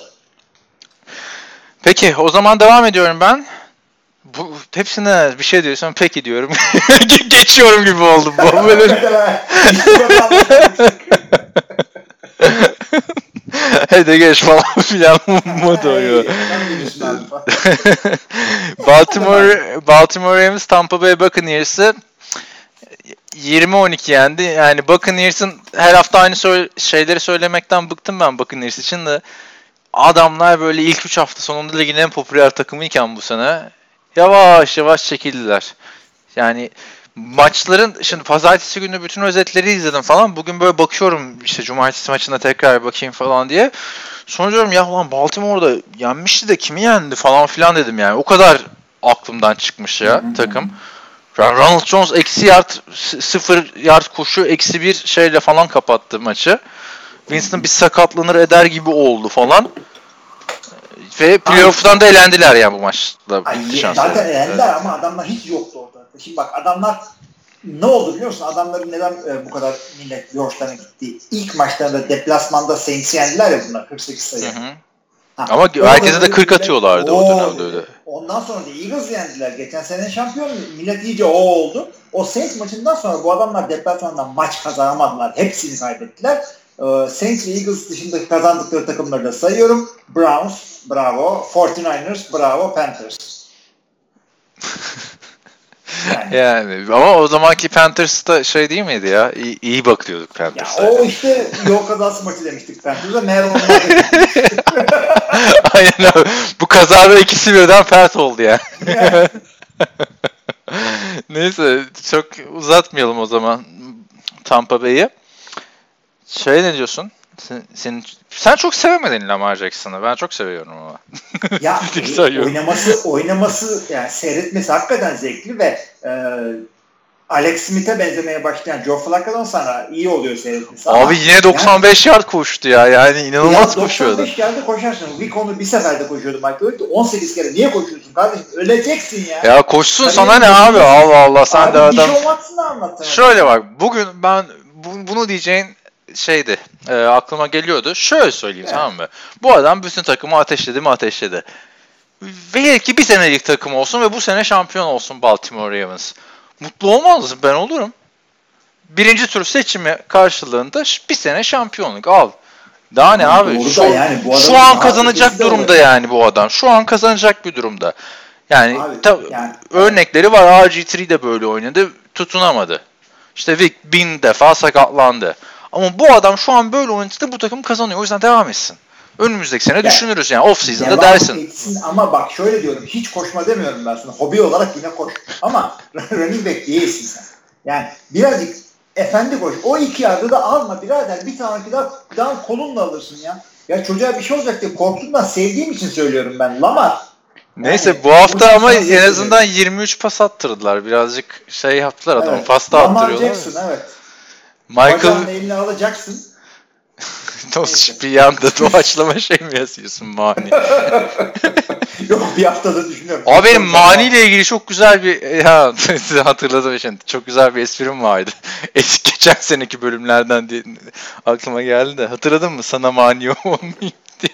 Peki o zaman devam ediyorum ben. Bu hepsine bir şey diyorsun, peki diyorum. Geçiyorum gibi oldu bu. Böyle... Hadi geç falan filan mu doyuyor. Baltimore Ravens Tampa Bay Buccaneers'ı 20-12 yendi. Yani Buccaneers'ın her hafta aynı şeyleri söylemekten bıktım ben Buccaneers için de. Adamlar böyle ilk 3 hafta sonunda ligin en popüler takımıyken bu sene yavaş yavaş çekildiler. Yani maçların, şimdi pazartesi günü bütün özetleri izledim falan. Bugün böyle bakıyorum işte cumartesi maçına tekrar bakayım falan diye. Sonra diyorum ya ulan Baltimore'da yenmişti de kimi yendi falan filan dedim yani. O kadar aklımdan çıkmış ya takım. Ronald Jones eksi yard, 0 yard koşu, eksi 1 şeyle falan kapattı maçı. Winston bir sakatlanır eder gibi oldu falan. Ve playoff'tan da elendiler yani bu maçla. Zaten elendiler ama adamlar hiç yoktu orada. Şimdi bak adamlar ne oldu biliyor musun? Adamların neden bu kadar millet borçlarına gitti? İlk maçlarında deplasmanda Saints'i yendiler ya bunlar 48 sayı. Ama herkese de 40 atıyorlardı o dönemde öyle. Ondan sonra da Eagles'ı yendiler. Geçen sene şampiyon millet iyice o oldu. O Saints maçından sonra bu adamlar deplasmandan maç kazanamadılar. Hepsini kaybettiler. Saints ve Eagles dışında kazandıkları takımları da sayıyorum. Browns, bravo. 49ers, bravo. Panthers. Yani ama o zamanki Panthers da şey değil miydi ya? İyi bakıyorduk Panthers'a. Ya o işte yol kazası maçı demiştik Panthers'a. Meğer onlar Aynen abi. Bu kazada ikisi birden pert oldu yani. Neyse çok uzatmayalım o zaman Tampa Bay'i. Ne diyorsun? Sen çok sevemedin Lamar Jackson'ı. Ben çok seviyorum ama. Ya oynaması yani seyretmesi hakikaten zevkli ve Alex Smith'e benzemeye başlayan Joe Flacco'dan sonra iyi oluyor seyretmesi. Abi yine 95 yard koştu ya. Yani inanılmaz koşuyordu. 95 yardda koşarsın. Week onu bir seferde koşuyordu Michael. 18 kere niye koşuyorsun kardeşim? Öleceksin ya. Ya koşsun sana ne abi? Allah Allah sen abi, de adam. Dijon Watson'ı anlattın. Şöyle bak bugün ben bunu diyeceğin şeydi aklıma geliyordu. Şöyle söyleyeyim tamam mı? Bu adam bütün takımı ateşledi. Velev ki bir senelik takım olsun ve bu sene şampiyon olsun Baltimore Ravens. Mutlu olmaz mısın? Ben olurum. Birinci tur seçimi karşılığında bir sene şampiyonluk al. Daha ne abi? Şu an kazanacak durumda yani bu adam. Şu an kazanacak bir durumda. Yani, örnekleri var. RG3 de böyle oynadı. Tutunamadı. İşte Vic 1000 defa sakatlandı. Ama bu adam şu an böyle oynadıkça bu takım kazanıyor. O yüzden devam etsin. Önümüzdeki sene düşünürüz yani off season'da dersin. Etsin. Ama bak şöyle diyorum. Hiç koşma demiyorum ben sana. Hobi olarak yine koş. Ama running back değilsin sen. Yani birazcık efendi koş. O 2 yardı da alma birader. Bir sonraki daha kolunla alırsın ya. Ya çocuğa bir şey olacak diye korktuğumdan sevdiğim için söylüyorum ben. Lamar. Neyse yani, bu hafta ama en azından 23 pas attırdılar. Birazcık şey yaptılar adamı. Evet. Pasta attırıyorlar. Lamar Jackson evet. Michael elini alacaksın. Bir anda doğaçlama şey mi yazıyorsun Mani? Yok bir haftada düşünüyorum. Abi benim Mani ile ilgili çok güzel bir hatırladım şimdi. Çok güzel bir esprim vardı. Geçen seneki bölümlerden diye aklıma geldi de. Hatırladın mı? Sana mani olmayayım diye.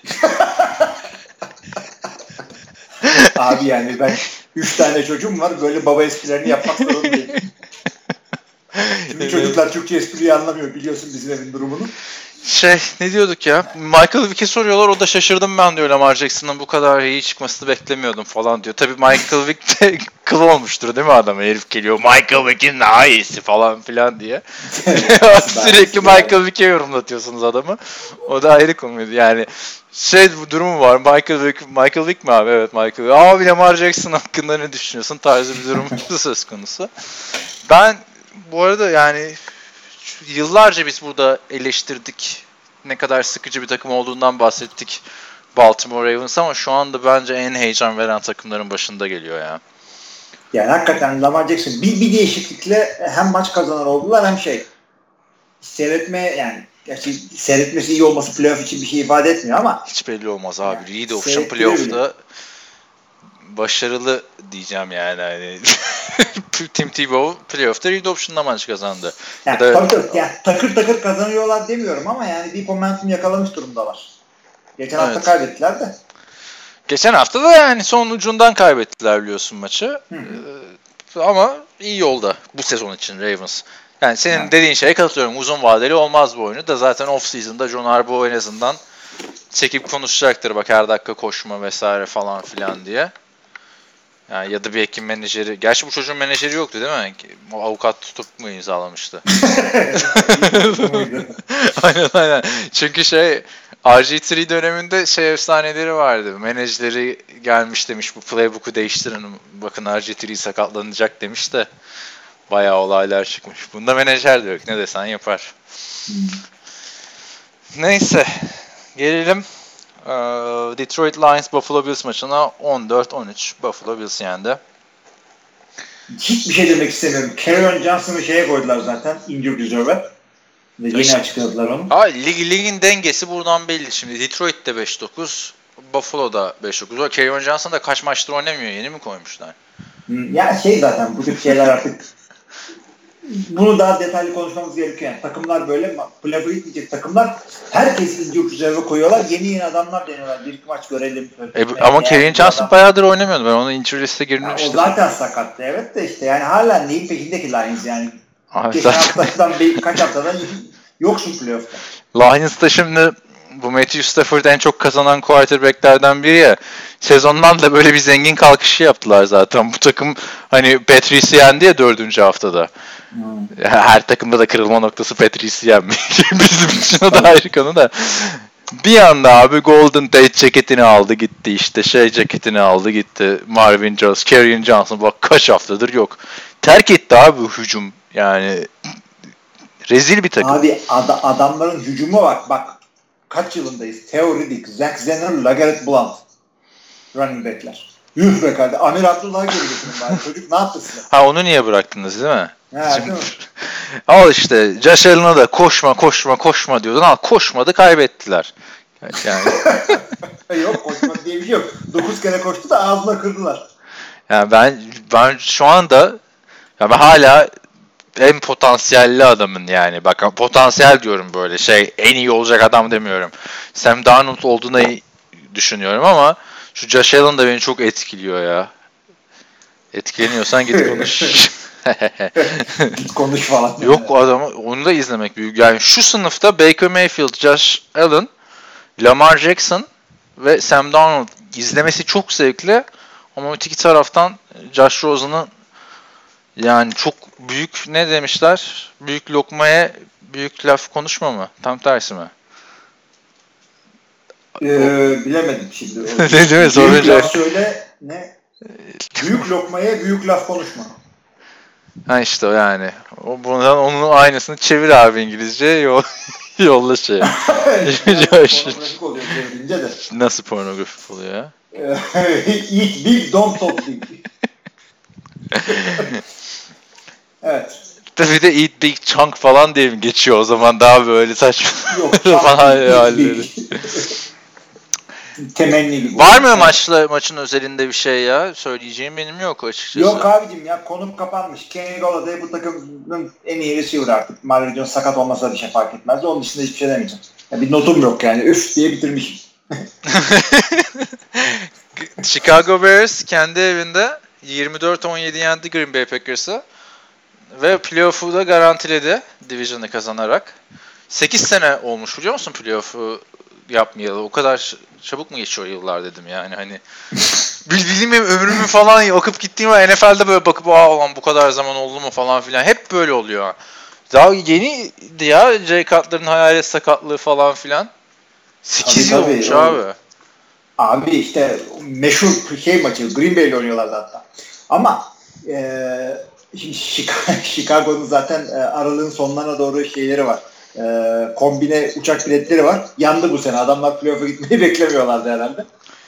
Abi yani ben 3 tane çocuğum var. Böyle baba esprilerini yapmak zorundayım. Bizim çocuklar Türkçe espriyi anlamıyor. Biliyorsun bizim evin durumunu. Ne diyorduk ya? Michael Vick'e soruyorlar. O da şaşırdım ben diyor. Lamar Jackson'ın bu kadar iyi çıkmasını beklemiyordum falan diyor. Tabii Michael Vick de kıl olmuştur değil mi adam? Herif geliyor. Michael Vick'in daha iyisi falan filan diye. Sürekli Michael Vick'e yorumlatıyorsunuz adamı. O da ayrı komedi. Yani bu durumu var. Michael Vick mi abi? Evet Michael Vick. Abi Lamar Jackson hakkında ne düşünüyorsun? Tarzı bir durum söz konusu. Ben bu arada yani yıllarca biz burada eleştirdik. Ne kadar sıkıcı bir takım olduğundan bahsettik Baltimore Ravens ama şu anda bence en heyecan veren takımların başında geliyor ya. Yani hakikaten Lamar Jackson bir değişiklikle hem maç kazanan oldular hem seyretme yani gerçi seyretmesi iyi olması playoff için bir şey ifade etmiyor ama hiç belli olmaz abi. Yani, Reed Option playoff'ta başarılı diyeceğim yani. Hani Tim Tebow playoff'ta Reed Option'da maç kazandı. Yani, tabii. Yani, takır takır kazanıyorlar demiyorum ama yani bir momentum yakalamış durumdalar. Geçen hafta kaybettiler de. Geçen hafta da yani son ucundan kaybettiler biliyorsun maçı. Ama iyi yolda bu sezon için Ravens. Yani senin dediğin şeye katılıyorum. Uzun vadeli olmaz bu oyunu da zaten off-season'da John Harbaugh en azından çekip konuşacaktır. Bak her dakika koşma vesaire falan filan diye. Yani ya da bir Ekim menajeri. Gerçi bu çocuğun menajeri yoktu değil mi? O avukat tutup mu imzalamıştı? Aynen. Çünkü RG3 döneminde efsaneleri vardı. Menajeri gelmiş demiş bu playbook'u değiştirin. Bakın RG3 sakatlanacak demiş de bayağı olaylar çıkmış. Bunda menajer de yok. Ne desen yapar. Neyse. Gelelim Detroit Lions Buffalo Bills maçına 14-13 Buffalo Bills yendi. Hiçbir şey demek istemiyorum. Kerryon Johnson'ı koydular zaten. Injured Reserve'e. Yeni açıkladılar onu. Ligin dengesi buradan belli. Şimdi Detroit'te 5-9, Buffalo'da 5-9. Kerryon Johnson da kaç maçtır oynamıyor. Yeni mi koymuşlar? Ya zaten bu tip şeyler artık bunu daha detaylı konuşmamız gerekiyor. Yani takımlar böyle playoff'a gitmeyecek takımlar herkesi injured reserve'e koyuyorlar. Yeni adamlar deniyorlar. Bir iki maç görelim. Ama Kerryon Johnson bayağıdır oynamıyordu. Ben onun injured liste girmiştim. O zaten sakattı evet de işte yani hala neyin peşindeki Lions yani. Abi geçen haftadan kaç haftadan yoksun playoff'ta. Lions'ta şimdi bu Matthew Stafford en çok kazanan quarterback'lerden biri ya. Sezondan da böyle bir zengin kalkışı yaptılar zaten. Bu takım hani Patrice'i yendi ya 4. haftada. Her takımda da kırılma noktası Patrice'i yenmek. Bizim için o da ayrı konu da. Bir anda abi Golden Tate ceketini aldı gitti işte ceketini aldı gitti. Marvin Jones, Kerryon Johnson bak kaç haftadır yok. Terk etti abi bu hücum yani. Rezil bir takım. Abi adamların hücumu bak kaç yılındayız? Theo Riddick, Zach Zenner, LeGarrette Blount. Running back'ler. Yuh be kardeşim. Amir Abdullah'ı geri getirin bari. Çocuk ne yaptı size? Onu niye bıraktınız değil mi? Değil mi? Al işte Josh Allen'a da koşma diyordun. Koşmadı kaybettiler. Yani. Yok koşmadı diye bir şey yok. 9 kere koştu da ağzına kırdılar. Yani ben şu anda ben hala en potansiyelli adamın yani. Bak potansiyel diyorum böyle en iyi olacak adam demiyorum. Sam Darnold olduğuna düşünüyorum ama şu Josh Allen da beni çok etkiliyor ya. Etkileniyorsan git konuş. Git konuş falan. Yok adamı onu da izlemek büyük. Yani şu sınıfta Baker Mayfield, Josh Allen, Lamar Jackson ve Sam Darnold izlemesi çok zevkli. Ama öteki taraftan Josh Rosen'ın yani çok büyük ne demişler? Büyük lokmaya büyük laf konuşma mı? Tam tersi mi? Bilemedim şimdi. Ne değil mi? Sorunca. Söyle ne? Büyük lokmaya büyük laf konuşma. Ha işte o yani. Onun aynısını çevir abi İngilizce. Yolla Pornografik oluyor çevirince de. Nasıl pornografik oluyor ya? Eat big, don't talk big. Evet. Tabii de eat big chunk falan diye mi geçiyor o zaman daha böyle saçma. Yok. Temenni gibi. Var mı maçın özelinde bir şey ya? Söyleyeceğim benim yok açıkçası. Yok abicim ya konu kapanmış. Kenny Golladay bu takımın en iyi receiver artık. Marvin Jones sakat olmasa bir şey fark etmez. Onun dışında hiçbir şey demeyeceğim. Ya bir notum yok yani. Üf diye bitirmişim. Chicago Bears kendi evinde 24-17 yendi Green Bay Packers'ı. ve playoff'u da garantiledi Division'ı kazanarak. 8 sene olmuş biliyor musun playoff'u yapmayalı? O kadar çabuk mu geçiyor yıllar dedim yani hani. Bildiğim ömrümü falan akıp gittiğim NFL'de böyle bakıp ulan bu kadar zaman oldu mu falan filan. Hep böyle oluyor. Daha yeniydi ya Jay Cutler'ın hayalet sakatlığı falan filan. 8 yıl olmuş abi. Abi işte meşhur maçı Green Bay'le oynuyorlardı hatta. Ama şimdi Chicago'nun zaten aralığın sonlarına doğru şeyleri var. Kombine uçak biletleri var. Yandı bu sene. Adamlar playoff'a gitmeyi beklemiyorlardı herhalde.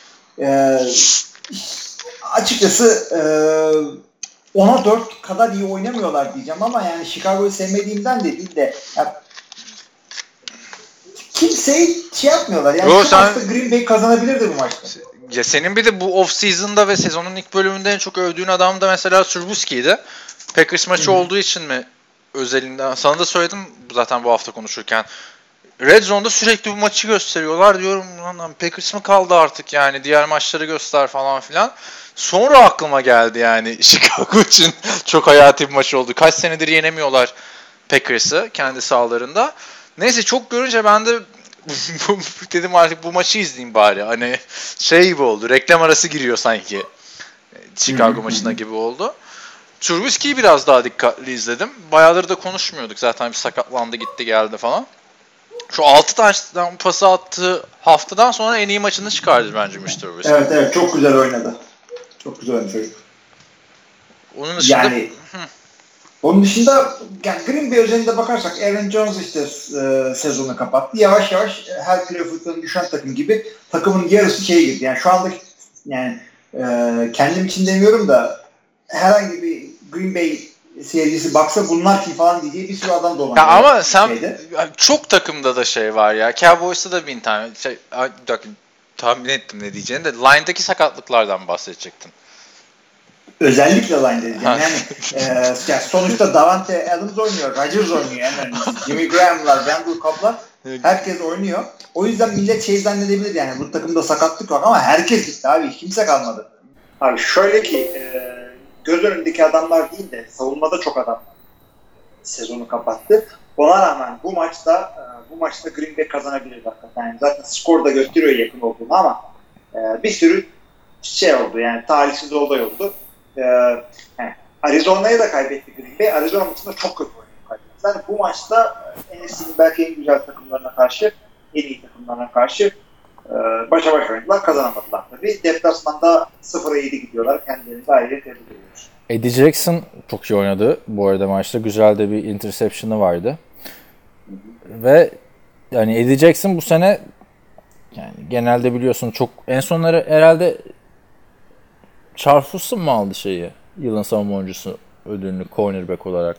Açıkçası 10'a 4 kadar iyi oynamıyorlar diyeceğim ama yani Chicago'yu sevmediğimden de değil de kimseyi şey yapmıyorlar. Yani şu maçta Green Bay kazanabilirdi bu maçta. Ya senin bir de bu off-season'da ve sezonun ilk bölümünde en çok övdüğün adam da mesela Trubisky'ydi. Packers maçı olduğu için mi özelinden? Sana da söyledim zaten bu hafta konuşurken. Red Zone'da sürekli bu maçı gösteriyorlar. Diyorum lan Packers mı kaldı artık yani diğer maçları göster falan filan. Sonra aklıma geldi yani Chicago için çok hayati bir maç oldu. Kaç senedir yenemiyorlar Packers'ı kendi sahalarında. Neyse çok görünce ben de dedim artık bu maçı izleyeyim bari. Hani şey gibi oldu. Reklam arası giriyor sanki. Chicago maçına gibi oldu. Trubisky'yi biraz daha dikkatli izledim. Bayağıdır da konuşmuyorduk. Zaten bir sakatlandı gitti geldi falan. Şu 6 taştan pası attığı haftadan sonra en iyi maçını çıkardı bence Mr. Trubisky. Evet çok güzel oynadı. Çok güzel oynadı çocuk. Onun dışında... Yani onun dışında yani Green Bay özelinde bakarsak Aaron Jones işte sezonu kapattı. Yavaş yavaş her playoff'tan düşen takım gibi takımın yarısı şeye girdi. Yani şu anda yani kendim için demiyorum da herhangi bir Green Bay seyircisi baksa bunlar kim falan diyeceği bir sürü adam dolanıyor. Ya ama sen çok takımda da şey var ya. Cowboys'ta da bin tane tahmin ettim ne diyeceğini de line'daki sakatlıklardan bahsedecektin. Özellikle line diyeceğim. Yani sonuçta Davante Adams oynuyor, Rodgers oynuyor. Yani Jimmy Graham'lar, Randall Cobb'lar herkes oynuyor. O yüzden millet şey zannedebilir yani bu takımda sakatlık yok ama herkes gitti abi. Kimse kalmadı. Abi şöyle ki göz önündeki adamlar değil de savunmada çok adam sezonu kapattı. Ona rağmen bu maçta Green Bay kazanabilir hakikaten. Yani zaten skor da gösteriyor yakın olduğunu ama bir sürü şey oldu yani talihsiz olay oldu. Arizona'ya da kaybetti Green Bay. Arizona maçında çok kötü oynadı. Yani bu maçta NFC'nin belki en güzel takımlarına karşı, en iyi takımlarına karşı başa baş oynadılar, kazanamadılar tabii. Deplasmanda 0'a 7 gidiyorlar. Kendilerini de ayrıca tebrik ediyoruz. Eddie Jackson çok iyi oynadı bu arada maçta. Güzel de bir interception'ı vardı. Ve yani Eddie Jackson bu sene yani genelde biliyorsun çok en sonları herhalde Charles Woodson mu aldı şeyi? Yılın savunma oyuncusu ödülünü cornerback olarak.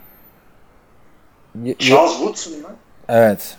Charles Woodson mu? Evet.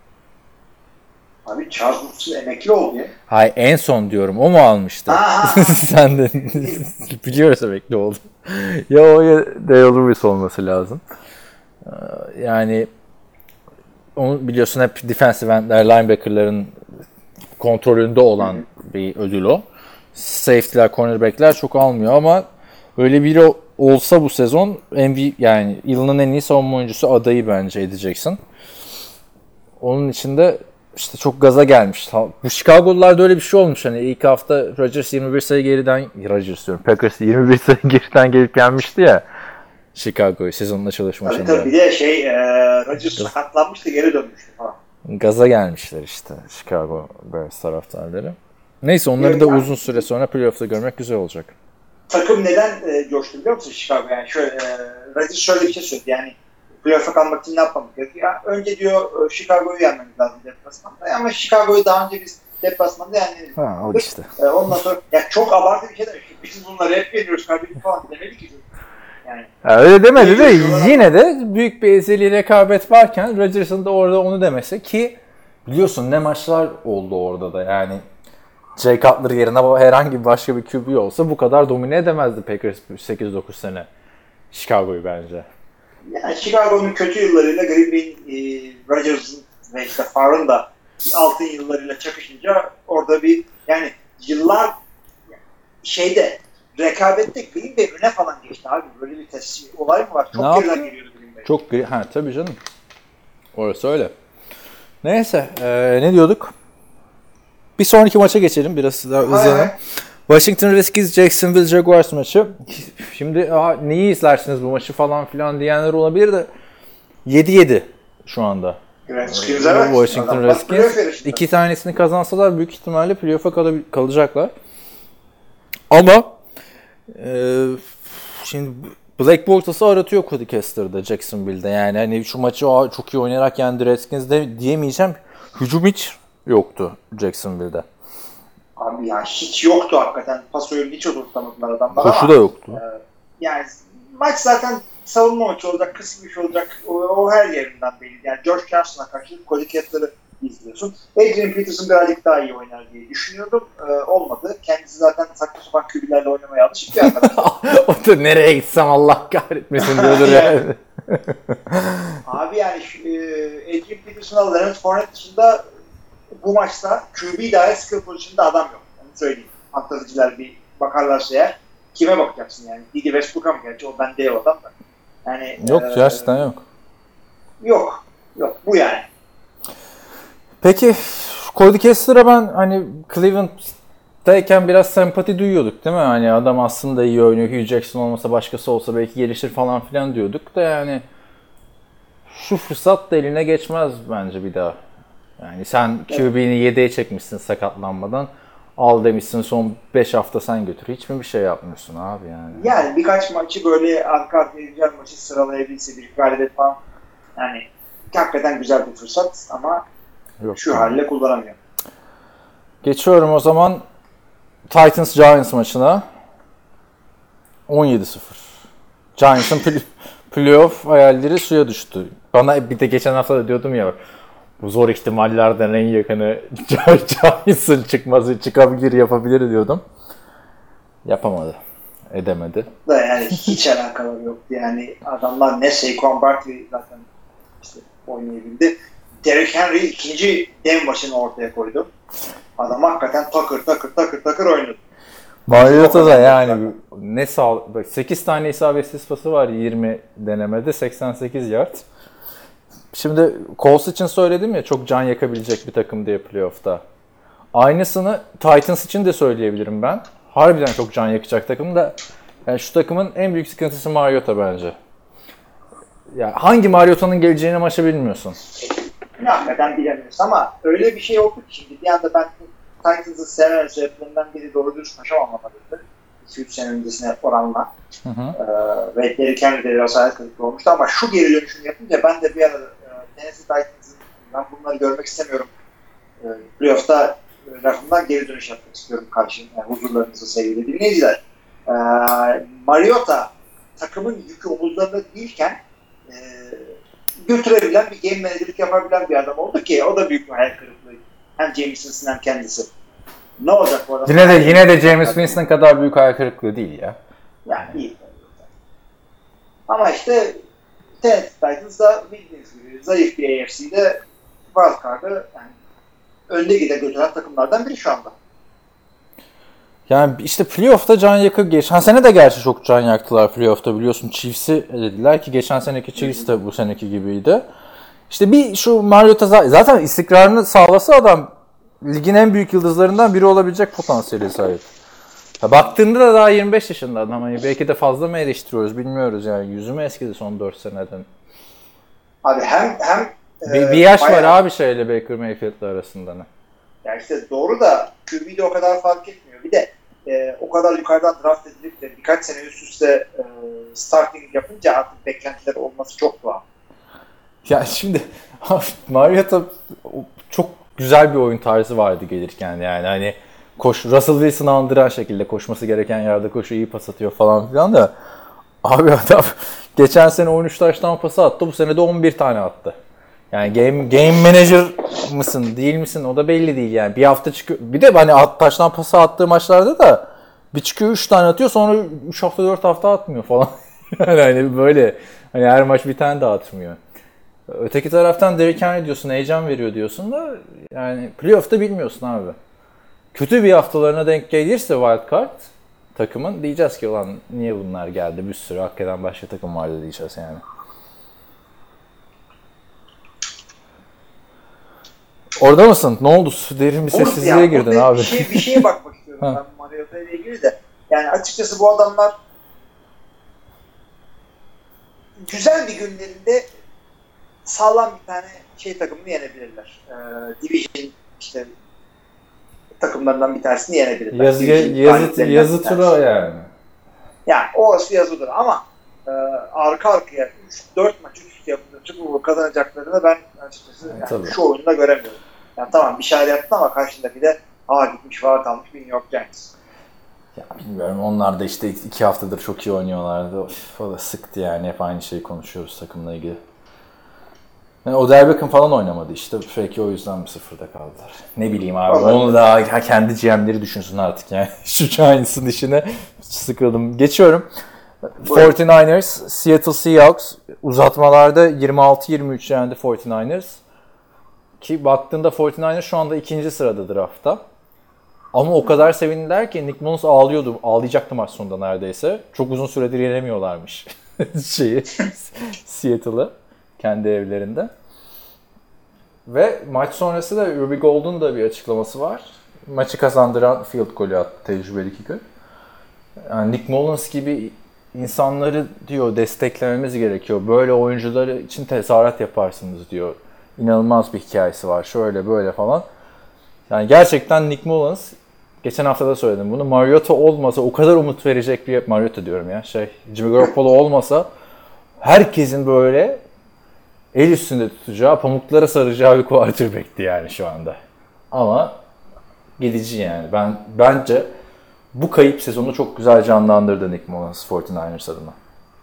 Abi Charles Woodson emekli oldu ya. Hayır en son diyorum. O mu almıştı? Sen de biliyoruz emekli oldu. Ya o ya Dale Lewis olması lazım. Yani onu biliyorsun hep defensive endler, linebacker'ların kontrolünde olan bir ödül o. Safety'ler, cornerback'ler çok almıyor ama öyle biri olsa bu sezon yani yılın en iyi savunma oyuncusu adayı bence edeceksin. Onun için de işte çok gaza gelmiş. Bu Chicago'lularda öyle bir şey olmuş. Hani ilk hafta Rodgers 21 sayı geriden Packers 21 sayı geriden gelip gelmişti ya Chicago'yu sezonun açılış maçında. Tabii bir de Rodgers sakatlanmıştı geri dönmüştü falan. Gaza gelmişler işte Chicago Bears taraftarları. Neyse onları da uzun süre sonra playoff'ta görmek güzel olacak. Takım neden coştu biliyor musun Chicago? Yani Rodgers şöyle bir şey söyledi yani playoff'a kalmak için ne yapmamız gerekiyor? Ya, önce diyor Chicago'yu yenmemiz lazım deplasmanda ama Chicago'yu daha önce biz deplasmanda yenmedik. O işte. Ondan sonra ya çok abartı bir şey demek ki biz bunları hep yeniyoruz kardeşim falan demedi ki. Yani, öyle demedi de yine de büyük bir ezeli rekabet varken Rodgers'ın da orada onu demesi ki biliyorsun ne maçlar oldu orada da yani Jay Cutler yerine herhangi bir başka bir QB olsa bu kadar domine edemezdi Packers 8-9 sene Chicago'yu bence. Yani Chicago'nun kötü yıllarıyla Green Bay'in Rodgers'ın ve işte Favre'ın da altın yıllarıyla çakışınca orada bir yani yıllar rekabette Green Bay öne falan geçti abi. Böyle bir olay mı var? Çok geriden geliyordu Green Bay. Çok tabii canım. Orası öyle. Neyse ne diyorduk? Bir sonraki maça geçelim. Biraz daha hızlanalım. Washington Redskins Jacksonville Jaguars maçı. Şimdi neyi izlersiniz bu maçı falan filan diyenler olabilir de 7-7 şu anda. Washington Redskins 2 tanesini kazansalar büyük ihtimalle playoff'a kalacaklar. Ama şimdi Black Bortles'ı aratıyor Cody Kessler'da Jacksonville'de. Yani hani şu maçı çok iyi oynayarak yendi Redskins de diyemeyeceğim. Hücum hiç yoktu Jacksonville'de. Abi ya hiç yoktu hakikaten. Pas oyunu hiç oturtamadılar adamlar. Koşu da yoktu. Yani maç zaten savunma maçı olacak, kısım iş olacak. O her yerinden belli. Yani George Johnson'a karşı Cody Kessler'ı izliyorsun. Adrian Peterson birazcık daha iyi oynar diye düşünüyordum. Olmadı. Kendisi zaten saçma sapan QB'lerle oynamaya alışık bir arkadaş. O da nereye gitsem Allah kahretmesin diyordur yani. Abi yani Adrian Peterson'la Leonard Fournette dışında bu maçta QB dahi skill pozisyonunda adam yok. Onu söyleyeyim. Fantasiciler bir bakarlarsa eğer kime bakacaksın yani? Didi Westbrook'a mı gerçi? O bende yok adam da. Yani, yok gerçekten yok. Yok. Bu yani. Peki Cody Kessler'a ben hani Cleveland'dayken biraz sempati duyuyorduk değil mi? Hani adam aslında iyi oynuyor. Hugh Jackson olmasa başkası olsa belki gelişir falan filan diyorduk da yani şu fırsat da eline geçmez bence bir daha. Yani sen QB'ni 7'ye çekmişsin sakatlanmadan. Al demişsin son 5 hafta sen götür. Hiç mi bir şey yapmıyorsun abi yani? Yani birkaç maçı böyle arka arkaya güzel maçı sıralayabilse bir galibiyet falan. Yani hakikaten güzel bir fırsat ama yok, şu halle kullanamıyor. Geçiyorum o zaman Titans-Giants maçına. 17-0. Giants'ın playoff hayalleri suya düştü. Bana bir de geçen hafta da diyordum ya bu zor ihtimallerden en yakını Giants'ın çıkabilir yapabilir diyordum. Yapamadı. Edemedi. Da yani hiç alakaları yoktu. Yani adamlar ne Saquon Barkley zaten işte oynayabildi. Derrick Henry ikinci dev maçını ortaya koydu. Adam hakikaten takır oynadı. Mariota da yani ne 8 tane isabetsiz pası var 20 denemede 88 yard. Şimdi Colts için söyledim ya çok can yakabilecek bir takım diye playoff'ta. Aynısını Titans için de söyleyebilirim ben. Harbiden çok can yakacak takım da yani şu takımın en büyük sıkıntısı Mariota bence. Yani hangi Mariota'nın geleceğini maça bilmiyorsun. Hakikaten bilemiyoruz ama öyle bir şey oldu ki şimdi bir anda ben Titans'ı sevmeyen sebeplerinden biri doğru dürüst taşamamalarıydı. 2-3 sene öncesine oranla. Ve Derrick Henry'de biraz hayal kırıklığı olmuştu ama şu geri dönüşümü yapınca ben de bir ara Tennessee Titans'ın ben bunları görmek istemiyorum. Playoff'ta lafından geri dönüş yapmak istiyorum karşımda. Yani huzurlarınızı sevgili dinleyiciler. Mariota takımın yükü omuzlarında değilken götürebilen bir game manager'lık yapabilen bir adam oldu ki o da büyük bir hayal kırıklığı. Hem James Winston hem kendisi. Ne olacak bu adam? Yine de James Winston kadar büyük hayal kırıklığı değil ya. Yani değil. Ama işte Tennessee Titans da bildiğiniz gibi zayıf bir AFC'de wildcard'ı yani önde götüren takımlardan biri şu anda. Yani işte playoff'ta can yakı geçen sene de gerçi çok can yaktılar playoff'ta biliyorsun. Chiefs'i dediler ki geçen seneki Chiefs de bu seneki gibiydi. İşte bir şu Mariota zaten istikrarını sağlasa adam ligin en büyük yıldızlarından biri olabilecek potansiyeli sahip. Ya baktığında da daha 25 yaşında adam. Hani belki de fazla mı eleştiriyoruz bilmiyoruz yani. Yüzü mü eskidi son 4 seneden. Abi hem bir yaş var abi şeyle Baker Mayfield'la arasında ne? Ya işte doğru da QB'de o kadar fark etmiyor. Bir de o kadar yukarıdan draft edilip de birkaç sene üst üste starting yapınca artık beklentiler olması çok doğal. Ya şimdi Mariota çok güzel bir oyun tarzı vardı gelirken yani hani Russell Wilson'ı andıran şekilde koşması gereken yerde koşuyor, iyi pas atıyor falan filan da abi adam geçen sene 13 taştan pası attı, bu sene de 11 tane attı. Yani game manager mısın, değil misin o da belli değil yani. Bir hafta çıkıyor. Bir de hani taştan pası attığı maçlarda da bir çıkıyor 3 tane atıyor sonra 3 hafta 4 hafta atmıyor falan. Yani hani böyle hani her maç bir tane daha atmıyor. Öteki taraftan Derrick Henry diyorsun, heyecan veriyor diyorsun da yani playoff'ta bilmiyorsun abi. Kötü bir haftalarına denk gelirse wildcard takımın. Diyeceğiz ki ulan niye bunlar geldi, bir sürü hakikaten başka takım vardı diyeceğiz yani. Orada mısın? Ne oldu? Derin bir sessizliğe girdin abi. Bir şeye bakmak istiyorum ben Mariota ile ilgili de. Yani açıkçası bu adamlar güzel bir günlerinde sağlam bir tane takımını yenebilirler. Division işte takımlarından bir tanesini yenebilirler. Yazı tura yani. Yani orası yazıdır ama arka arkaya 3-4 maç üst yapınca Super Bowl kazanacaklarını ben açıkçası şu oyunda göremiyorum. Yani tamam bir şeyler yaptı ama karşındaki de gitmiş var kalmış bir New York Giants. Ya bilmiyorum, onlar da işte 2 haftadır çok iyi oynuyorlardı. O da sıktı yani, hep aynı şeyi konuşuyoruz takımla ilgili. Yani Odell Beckham falan oynamadı işte. Belki o yüzden 0-0'da kaldılar. Ne bileyim abi. Vallahi onu da kendi GM'leri düşünsün artık yani. Şu Giants'ın işine sıkıldım. Geçiyorum. 49ers, Seattle Seahawks uzatmalarda 26-23 yendi 49ers. Ki baktığında 49ers şu anda 2. sırada draft'ta. Ama o kadar sevindiler ki Nick Mullins ağlıyordu. Ağlayacaktı maç sonunda neredeyse. Çok uzun süredir yenemiyorlarmış Seattle'ı kendi evlerinde. Ve maç sonrası da Ruby Gold'un da bir açıklaması var. Maçı kazandıran field golü attı, tecrübeli kicker. Yani Nick Mullins gibi insanları diyor desteklememiz gerekiyor. Böyle oyuncuları için tezahürat yaparsınız diyor. İnanılmaz bir hikayesi var. Şöyle böyle falan. Yani gerçekten Nick Mullins, geçen hafta da söyledim bunu. Mariota olmasa o kadar umut verecek bir, Mariota diyorum ya. Jimmy Garoppolo olmasa herkesin böyle el üstünde tutacağı, pamuklara saracağı bir quarterback'ti yani şu anda. Ama gidici yani. Bence bu kayıp sezonu çok güzel canlandırdı Nick Mullins 49ers adına.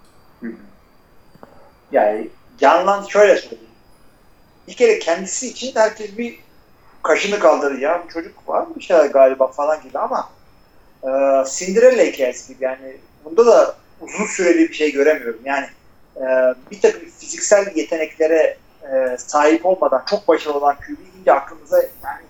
Yani şöyle söyleyeyim. Bir kere kendisi için herkes bir kaşını kaldırır ya. Bu çocuk var mı bir şey galiba falan gibi ama Cinderella hikayesi gibi yani. Bunda da uzun süreli bir şey göremiyorum. Yani bir takım fiziksel yeteneklere sahip olmadan çok başarılı olan QB deyince aklımıza yani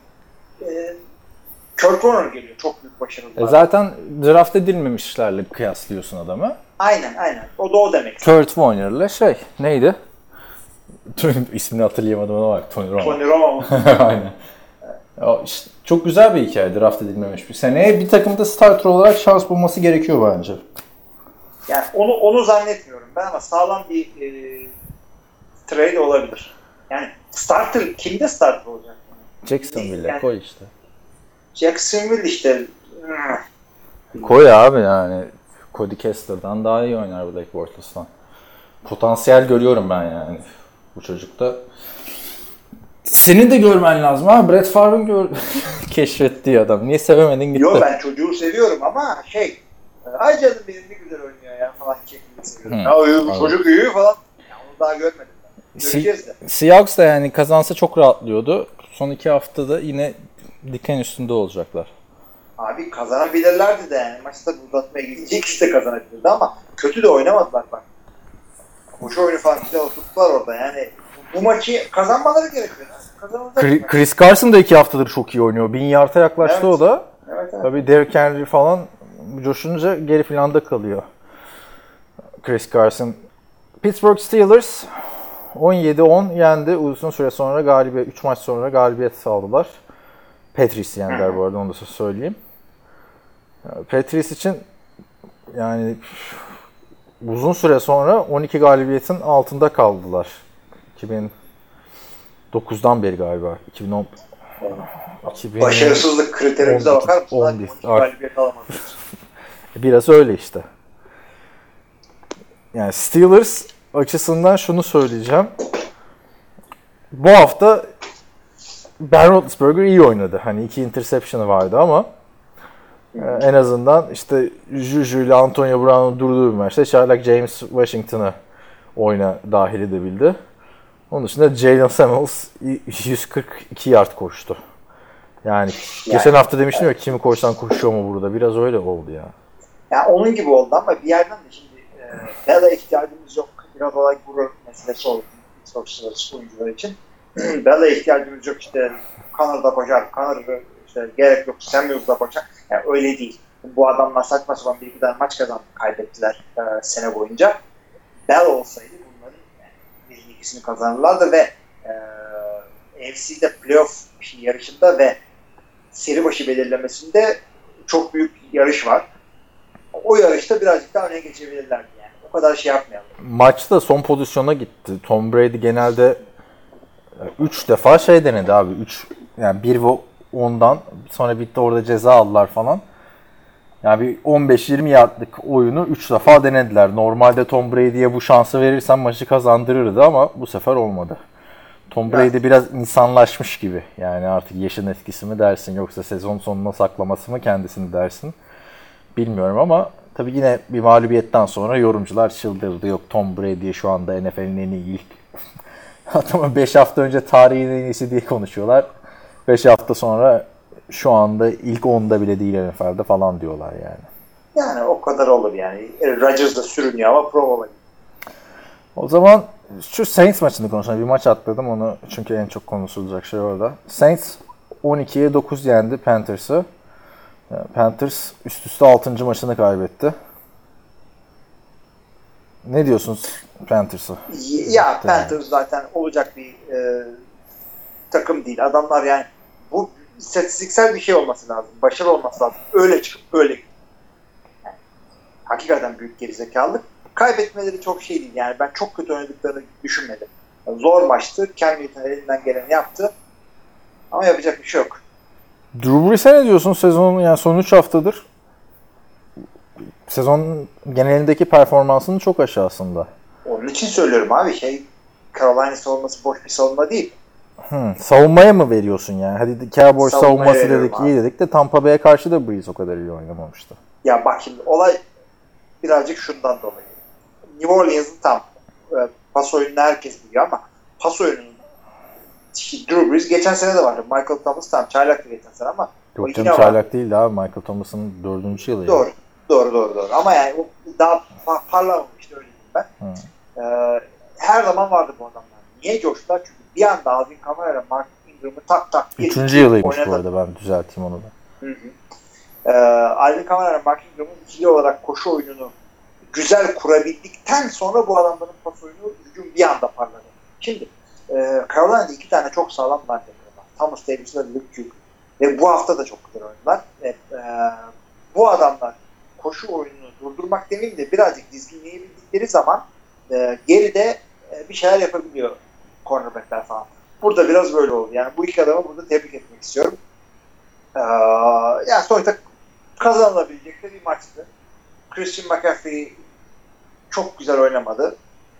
Kurt Warner geliyor. Çok büyük başarılı. Zaten draft edilmemişlerle kıyaslıyorsun adamı. Aynen. O da o demek. Kurt Warner'la neydi? İsmini hatırlayamadım ama bak. Tony Romo. Aynen. İşte çok güzel bir hikaye, draft edilmemiş bir. Seneye bir takımda starter olarak şans bulması gerekiyor bence. Yani onu zannetmiyorum ben ama sağlam bir trade olabilir. Yani starter, kimde starter olacak? Jacksonville'e yani, koy işte. Jacksonville işte. Koy abi yani. Cody Kessler'dan daha iyi oynar bu Blake Bortles'tan. Potansiyel görüyorum ben yani bu çocukta. Senin de görmen lazım ha. Brett Favre'ın keşfettiği adam. Niye sevemedin gitti? Yok ben çocuğu seviyorum ama ay canım benim ne güzel oynuyor ya falan şeklinde seviyorum. Çocuk iyi falan. Ya, onu daha görmedim ben. Göreceğiz de. Seahawks da yani kazansa çok rahatlıyordu. Son 2 haftada yine diken üstünde olacaklar. Abi kazanabilirlerdi de yani. Maçta uzatmaya gidince ikisi de kazanabilirdi ama kötü de oynamadılar bak. Koşu oyunu falan güzel oturttular orada yani. Bu maçı kazanmaları gerekiyor. Chris Carson da 2 haftadır çok iyi oynuyor. 1000 yard'a yaklaştı o da. Evet. Tabii Derrick Henry falan coşunca geri planda kalıyor. Chris Carson. Pittsburgh Steelers 17-10 yendi. Uzun süre sonra 3 maç sonra galibiyet sağladılar. Patrice yendiler bu arada, onu da söyleyeyim. Patrice için yani uzun süre sonra 12 galibiyetin altında kaldılar. 2009'dan beri galiba. 2010. Başarısızlık kriterimize bakar mısın? 11 galibiyet alamadık. Biraz öyle işte. Yani Steelers açısından şunu söyleyeceğim. Bu hafta Ben Roethlisberger iyi oynadı. Hani 2 interception'ı vardı ama en azından işte Juju ile Antonio Brown'un durduğu bir maçta Sherlock James Washington'ı oyuna dahil edebildi. Onun dışında Jalen Samuels 142 yard koştu. Yani geçen hafta demiştim ya kimi koşsan koşuyor mu burada? Biraz öyle oldu ya. Yani onun gibi oldu ama bir yerden de şimdi Bell'a ihtiyacımız yok. Biraz olay gurur meselesi oldu. Oyuncular için. Bell'a ihtiyacımız yok işte Connor'da koşar. Connor işte gerek yok Samuels'da koşar. Yani öyle değil. Bu adamlar saçma sapan bir iki tane maç kaybettiler sene boyunca. Bell olsaydı bunların birini ikisini kazanırlardı ve AFC'de playoff yarışında ve seri başı belirlemesinde çok büyük yarış var. O yarışta birazcık daha öne geçebilirlerdi yani. O kadar şey yapmayalım. Maçta son pozisyona gitti. Tom Brady genelde 3 defa denedi abi. 3 yani 1 ve 10'dan sonra bitti, orada ceza aldılar falan. Yani bir 15-20 yardlık oyunu 3 defa denediler. Normalde Tom Brady'ye bu şansı verirsen maçı kazandırırdı ama bu sefer olmadı. Tom Brady biraz insanlaşmış gibi. Yani artık yaşın etkisi mi dersin yoksa sezon sonuna saklaması mı kendisini dersin. Bilmiyorum ama tabii yine bir mağlubiyetten sonra yorumcular çıldırdı. Yok Tom Brady şu anda NFL'in en iyi ilk. Hatta 5 hafta önce tarihin en iyisi diye konuşuyorlar. 5 hafta sonra şu anda ilk 10'da bile değil NFL'de falan diyorlar yani. Yani o kadar olur yani. Rodgers da sürünüyor ama Pro Bowl'a. O zaman şu Saints maçını konuşalım. Bir maç atladım onu çünkü en çok konuşulacak şey orada. Saints 12'ye 9 yendi Panthers'ı. Panthers üst üste 6. maçını kaybetti. Ne diyorsunuz Panthers'a? Ya Panthers zaten olacak bir takım değil. Adamlar yani bu istatistiksel bir şey olması lazım. Başarılı olması lazım. Öyle çıkıp öyle yani, hakikaten büyük gerizekalılık. Kaybetmeleri çok şey değil. Yani ben çok kötü oynadıklarını düşünmedim. Yani zor maçtı. Cam Newton elinden geleni yaptı. Ama yapacak bir şey yok. Drew Brees'e ne diyorsun sezonun yani son 3 haftadır? Sezon genelindeki performansının çok aşağısında. Onun için söylüyorum abi Carolina savunması boş bir savunma değil. Savunmaya mı veriyorsun yani? Hadi Cowboys savunması dedik, abi. iyi dedik de Tampa Bay'e karşı da Brees o kadar iyi oynamamıştı. Ya bak şimdi olay birazcık şundan dolayı. New Orleans'ın pas oyununu herkes biliyor ama pas oyununun Drew Brees geçen sene de vardı. Michael Thomas çaylaktı geçen sene ama yok canım çaylak değildi abi. Michael Thomas'ın 4. yılı. Doğru. Ama yani o daha parlamamıştı öyle diyeyim ben. Her zaman vardı bu adamlar. Niye coştular? Çünkü bir anda Alvin Kamara, Mark Ingram'ı tak 3. yılıymış oynadı. Bu arada ben düzelteyim onu da. Alvin Kamara, Mark Ingram'ın ikili olarak koşu oyununu güzel kurabildikten sonra bu adamların pas oyunu hücum bir anda parladı. Şimdi Carolina'da 2 tane çok sağlam linebacker var. Thomas Davis ve Luke Kuechly. Ve bu hafta da çok güzel oynadılar. Bu adamlar koşu oyununu durdurmak demeyeyim de birazcık dizginleyebildikleri zaman geride bir şeyler yapabiliyor cornerbackler falan. Burada biraz böyle oldu. Yani bu iki adamı burada tebrik etmek istiyorum. Yani sonuçta kazanılabilecek de bir maçtı. Christian McCaffrey çok güzel oynamadı.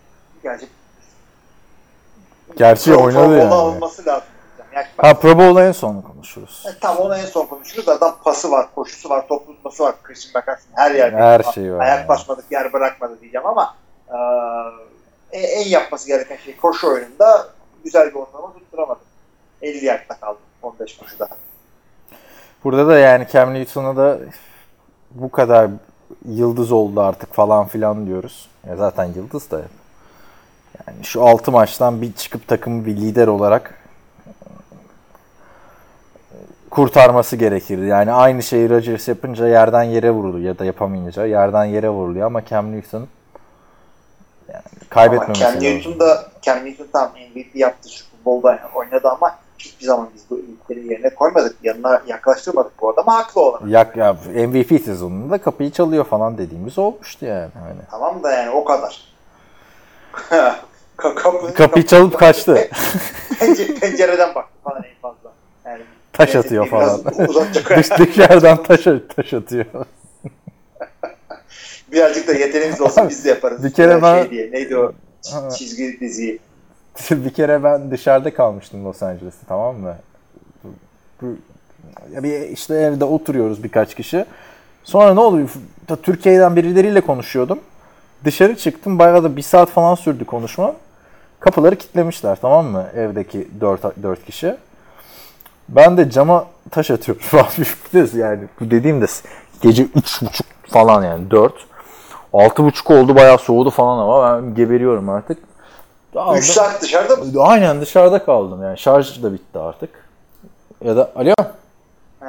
Gerçi oynadı yani. Olması lazım. Yani Pro Bowl'da en son konuşuruz. Tamam onu en son konuşuruz. Adam pası var, koşusu var, top tutması var. Christian McCaffrey'in her yerde. Her şey var. Ayak basmadık, yer bırakmadı diyeceğim ama en yapması gereken şey koşu oyununda güzel bir ortalama tutturamadı. 50 yardta kaldı 15 koşuda. Burada da yani Cam Newton'a da bu kadar yıldız oldu artık falan filan diyoruz. Ya zaten yıldız da yani şu 6 maçtan bir çıkıp takımı bir lider olarak kurtarması gerekirdi. Yani aynı şeyi Rodgers yapınca yerden yere vuruluyor ya da yapamayınca yerden yere vuruluyor ama Cam Newton yani kaybetmemesi lazım. Cam Newton tam MVP yaptı, Super Bowl'da oynadı ama hiçbir zaman biz bu ülkeleri yerine koymadık. Yanına yaklaştırmadık bu adamı haklı olarak. Ya MVP sezonunda kapıyı çalıyor falan dediğimiz olmuştu yani. Hani. Tamam da yani o kadar. Kapıyı çalıp kaçtı. Pencereden baktı falan en fazla. Yani taş atıyor falan. Dışarıdan taş atıyor. Birazcık da yeteneğimiz olsun biz de yaparız. Bir kere ben neydi o çizgi diziyi? Bir kere ben dışarıda kalmıştım Los Angeles'ta, tamam mı? İşte evde oturuyoruz birkaç kişi. Sonra ne oluyor? Türkiye'den birileriyle konuşuyordum. Dışarı çıktım. Bayağı da 1 saat falan sürdü konuşma. Kapıları kilitlemişler, tamam mı? Evdeki 4 kişi. Ben de cama taş atıyorum falan. Yani bu dediğim de gece 3.30 falan yani 4. 6.30 oldu, bayağı soğudu falan ama ben geberiyorum artık. 3 saat dışarıda mı? Aynen dışarıda kaldım yani. Şarj da bitti artık. Ya da alo.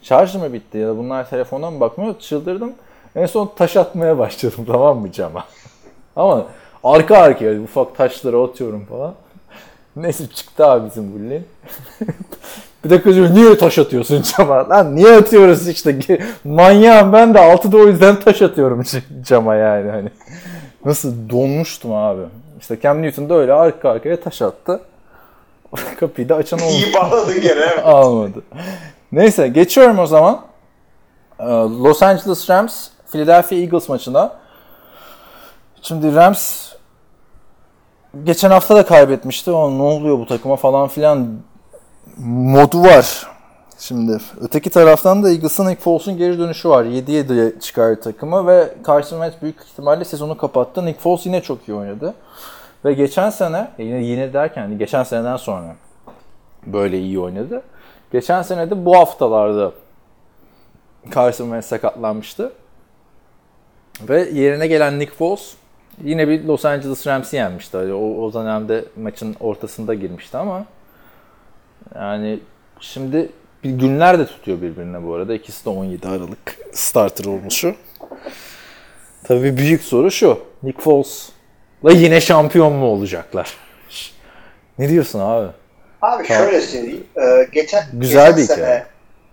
şarjı mı bitti ya da bunlar telefona mı bakmıyor, çıldırdım. En son taş atmaya başladım, tamam mı, cama. Ama arka arkaya ufak taşları atıyorum falan. Neyse çıktı abi bizim Bulli. Bir de kızıyor, niye taş atıyorsun cama? Lan niye atıyoruz işte, manyağım ben de, 6'da o yüzden taş atıyorum cama yani. Hani nasıl donmuştum abi. İşte Cam Newton da öyle arka arkaya taş attı. Kapıyı da açan olmadı. İyi bağladın gene. Almadı. Neyse geçiyorum o zaman. Los Angeles Rams Philadelphia Eagles maçına. Şimdi Rams geçen hafta da kaybetmişti. Ne oluyor bu takıma falan filan modu var. Şimdi öteki taraftan da Eagles'ın Nick Foles'un geri dönüşü var. 7-7'ye çıkardı takımı ve Carson Wentz büyük ihtimalle sezonu kapattı. Nick Foles yine çok iyi oynadı. Ve geçen sene, yine derken geçen seneden sonra böyle iyi oynadı. Geçen sene de bu haftalarda Carson Wentz sakatlanmıştı. Ve yerine gelen Nick Foles yine bir Los Angeles Rams'i yenmişti. O dönemde maçın ortasında girmişti ama yani şimdi bir günler de tutuyor birbirine bu arada. İkisi de 17 Aralık starter olmuşu. Tabii büyük soru şu. Nick Foles'la yine şampiyon mu olacaklar? Ne diyorsun abi? Abi şöyle söyleyeyim. Güzel bir sene, hikaye.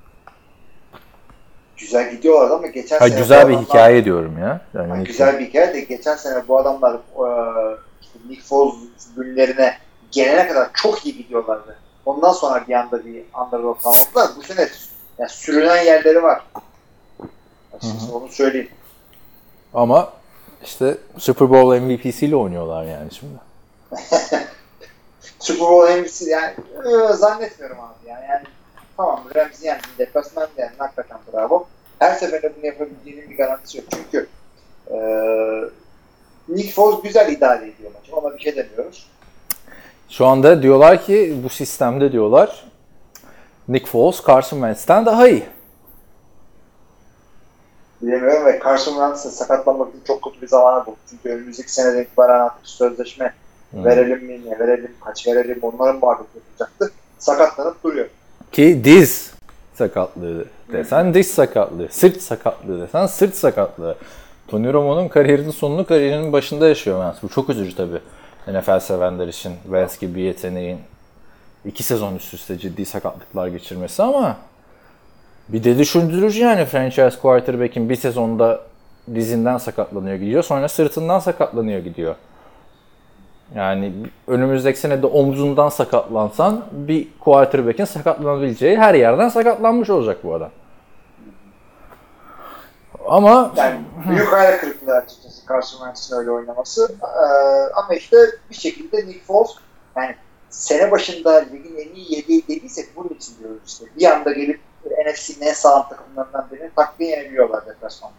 Güzel gidiyorlardı ama geçen sene... Güzel bir hikaye diyorum ya. Yani güzel bir hikaye de geçen sene bu adamlar işte Nick Foles günlerine gelene kadar çok iyi gidiyorlardı. Ondan sonra bir anda bir underdog almadılar. Bu sene yani sürünen yerleri var. Açıkçası onu söyleyeyim. Ama işte Super Bowl MVP'siyle oynuyorlar yani şimdi. Super Bowl MVP'si yani zannetmiyorum abi yani tamam Ramsey yani deplasman yani hakikaten bravo. Her seferinde bunu yapabileceğinin bir garantisi yok. Çünkü Nick Foles güzel idare ediyor maçı. Ona bir şey demiyoruz. Şu anda diyorlar ki bu sistemde diyorlar Nick Foles Carson Wentz'ten daha iyi. Bilemiyorum ve Carson Wentz'e sakatlanmak için çok kötü bir zamana buldu. Çünkü önümüzdeki seneden itibaren artık sözleşme verelim mi, ne verelim, kaç verelim onların muhabbeti yapılacaktı. Sakatlanıp duruyor. Ki diz sakatlığı desen diz sakatlığı, sırt sakatlığı desen sırt sakatlığı. Tony Romo'nun kariyerinin başında yaşıyor Wentz. Bu çok üzücü tabii. NFL sevenler için Wentz gibi bir yeteneğin 2 sezon üst üste ciddi sakatlıklar geçirmesi ama bir de düşündürücü yani franchise quarterback'in bir sezonda dizinden sakatlanıyor gidiyor. Sonra sırtından sakatlanıyor gidiyor. Yani önümüzdeki sene de omzundan sakatlansan bir quarterback'in sakatlanabileceği her yerden sakatlanmış olacak bu adam. Ama yani büyük hayal kırıklığı açıkçası Carson Wentz'in öyle oynaması. Ama işte bir şekilde Nick Foles yani sene başında ligin en iyi 7'yi dediysek bunun için diyoruz işte. Bir anda gelip NFC'nin en sağlam takımlarından birini takviye yenebiliyorlar deplasmanda.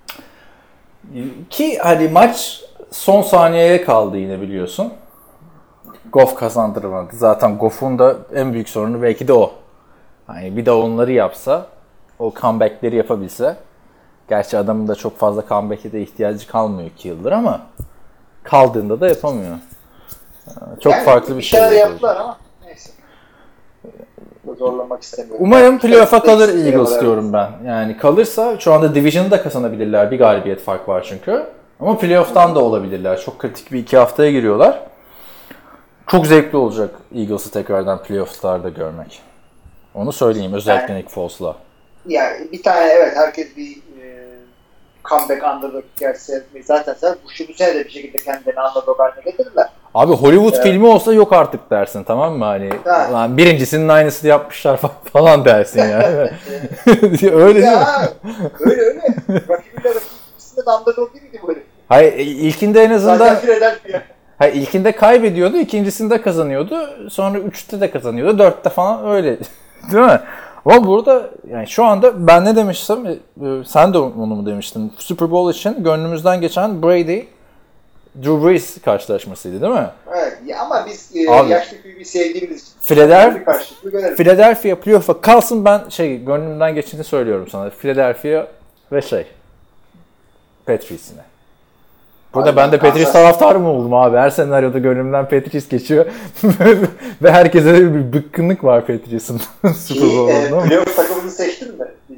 Ki hani maç son saniyeye kaldı yine biliyorsun. Goff kazandırmadı. Zaten Goff'un da en büyük sorunu belki de o. Hani bir de onları yapsa, o comeback'leri yapabilse. Gerçi adamın da çok fazla comeback'e de ihtiyacı kalmıyor 2 yıldır ama kaldığında da yapamıyor. Çok yani farklı bir şey yaptılar ama neyse. Zorlamak istemiyorum. Umarım playoff'a kalır Eagles diyorum ben. Yani kalırsa şu anda Division'ı da kazanabilirler. Bir galibiyet fark var çünkü. Ama playoff'tan da olabilirler. Çok kritik bir 2 haftaya giriyorlar. Çok zevkli olacak Eagles'ı tekrardan playoff'larda görmek. Onu söyleyeyim özellikle Nick Foles'la. Yani bir tane evet herkes bir comeback underdog hikayesi etmeyi zaten bu sene de bir şekilde kendilerini underdog haline getirirler. Abi Hollywood filmi olsa yok artık dersin tamam mı? Hani lan birincisinin aynısını yapmışlar falan dersin yani. Öyle değil mi? Öyle. Rakibiyle ikisinde de underdog değil miydi böyle? Hayır ilkinde en azından hayır ilkinde kaybediyordu, ikincisinde kazanıyordu. Sonra 3'te de kazanıyordu, 4'te falan öyle. Değil mi? Ama burada yani şu anda ben ne demiştim? Sen de onu mu demiştin? Super Bowl için gönlümüzden geçen Brady Drew Brees karşılaşmasıydı değil mi? Evet ama biz yaşlı bir sevdiğimiz için Philadelphia playoff'a kalsın ben gönlümden geçtiğini söylüyorum sana. Philadelphia ve Patriots'ine. Burada ben de Patriots taraftarı mı oldum abi? Her senaryoda gönlümden Patriots geçiyor. Ve herkese de bir bıkkınlık var Patriots'ın Super Bowl'unda. Playoff takımını seçtin mi?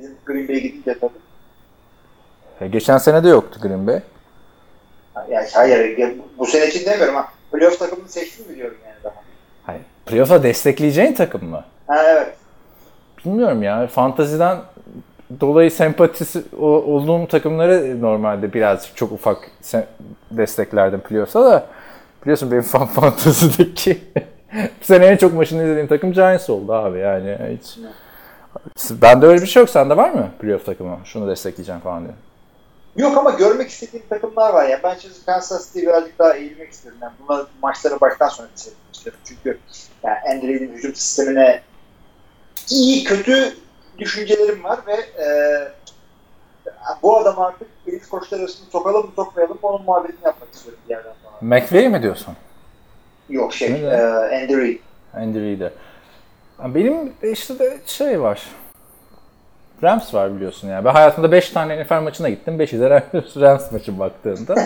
Geçen sene de yoktu Green Bay. Yani hayır, bu sene için demiyorum ha. Playoff takımını seçtin mi diyorum yani daha. Hayır. Playoff'a destekleyeceğin takım mı? Ha evet. Bilmiyorum ya. Fantaziden dolayı sempatisi olduğum takımları normalde biraz çok ufak desteklerdim playoff'a da. Biliyorsun benim fantazideki bu sene en çok maçını izlediğim takım Giants oldu abi yani hiç. Bende öyle bir şey yok. Sende var mı playoff takımı? Şunu destekleyeceğim falan diye. Yok ama görmek istediğim takımlar var ya. Ben şimdi Kansas City'ye birazcık daha eğilmek istiyorum. Yani bunlar maçları baştan sonra istiyorum. Çünkü yani Andrew'in hücum sistemine iyi kötü düşüncelerim var ve bu adam artık elit koçlar arasında sokalım mı sokmayalım mı onun muhabbetini yapmak istiyorum bir yerden sonra. McVay mi diyorsun? Yok Andrew. Andrew'de. Benim işte de şey var. Rams var biliyorsun ya. Ben hayatımda 5 tane NFL maçına gittim. 5'i de Rams maçı baktığımda.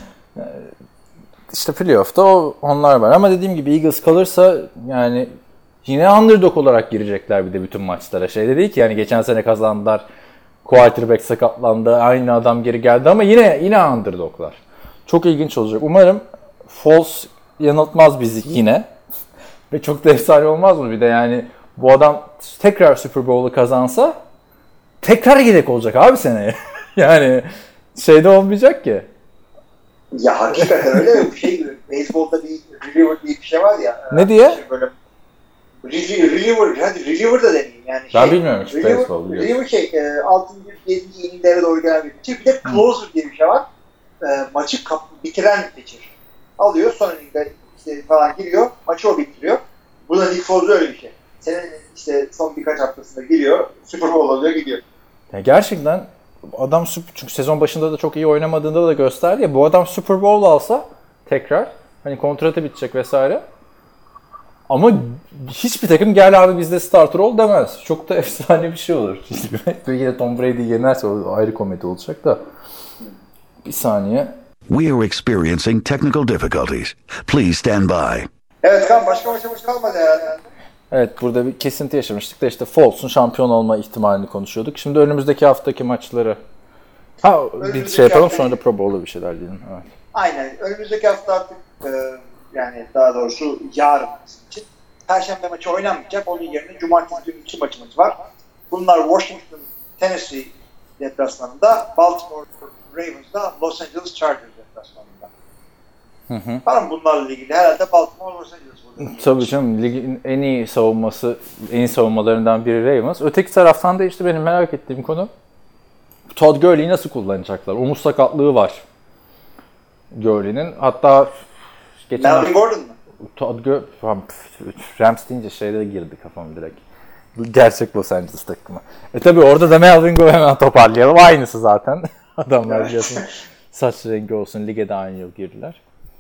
İşte playoff'ta onlar var. Ama dediğim gibi Eagles kalırsa yani yine underdog olarak girecekler bir de bütün maçlara. Şey de değil ki yani geçen sene kazandılar. Quarterback sakatlandı. Aynı adam geri geldi ama yine underdoglar. Çok ilginç olacak. Umarım Foles yanıltmaz bizi yine. Ve çok da efsane olmaz mı bir de yani bu adam tekrar Super Bowl'u kazansa tekrar yedek olacak abi seneye. Yani şeyde olmayacak ki. Ya hakikaten öyle bir şey gibi. Beyzbolda bir reliever diye bir şey var ya. Ne diye? Şey böyle, reliever da deneyim yani. Ben bilmiyorum hiç beyzbol biliyorum. Reliever 6. 7. inning'lere doğru gelen bir pitcher. Bir de closer diye bir şey var. Maçı bitiren pitcher. Alıyor son inning'de işte falan giriyor. Maçı o bitiriyor. Bu da Nick Foles'da öyle bir şey. Senin işte son birkaç haftasında giriyor. Super Bowl alıyor gidiyor. Ya gerçekten adam çünkü sezon başında da çok iyi oynamadığında da gösterdi ya bu adam Super Bowl alsa tekrar hani kontratı bitecek vesaire. Ama hiçbir takım gel abi bizde starter ol demez. Çok da efsane bir şey olur. Belki de Tom Brady yenerse o ayrı komedi olacak da. Bir saniye. We are experiencing technical difficulties. Please stand by. Evet kan başka maçımız kalmadı herhalde. Evet burada bir kesinti yaşamıştık da işte Foles'un şampiyon olma ihtimalini konuşuyorduk. Şimdi önümüzdeki haftaki maçları bir şey yapalım sonra da Pro Bowl'da bir şeyler diyelim. Evet. Aynen. Önümüzdeki hafta artık yani daha doğrusu yarın için Perşembe maçı oynanmayacak. Onun yerine Cumartesi günü 2 maçımız var. Bunlar Washington, Tennessee deplasmanında, Baltimore Ravens'da, Los Angeles Chargers deplasmanında. Var mı bunlarla ilgili? Herhalde Baltimore, Los Angeles burada. Tabii canım. Ligin en iyi savunmalarından biri Ravens. Öteki taraftan da işte benim merak ettiğim konu Todd Gurley'i nasıl kullanacaklar? Omuz sakatlığı var Gurley'nin. Hatta Melvin Gordon mu? Todd Gurley Rams deyince şeyde girdi kafam direkt. Gerçek Los Angeles takımı. Tabii orada da Melvin Gordon hemen toparlayalım. Aynısı zaten. Adamlar biliyorsun saç rengi olsun. Lige de aynı yıl girdiler.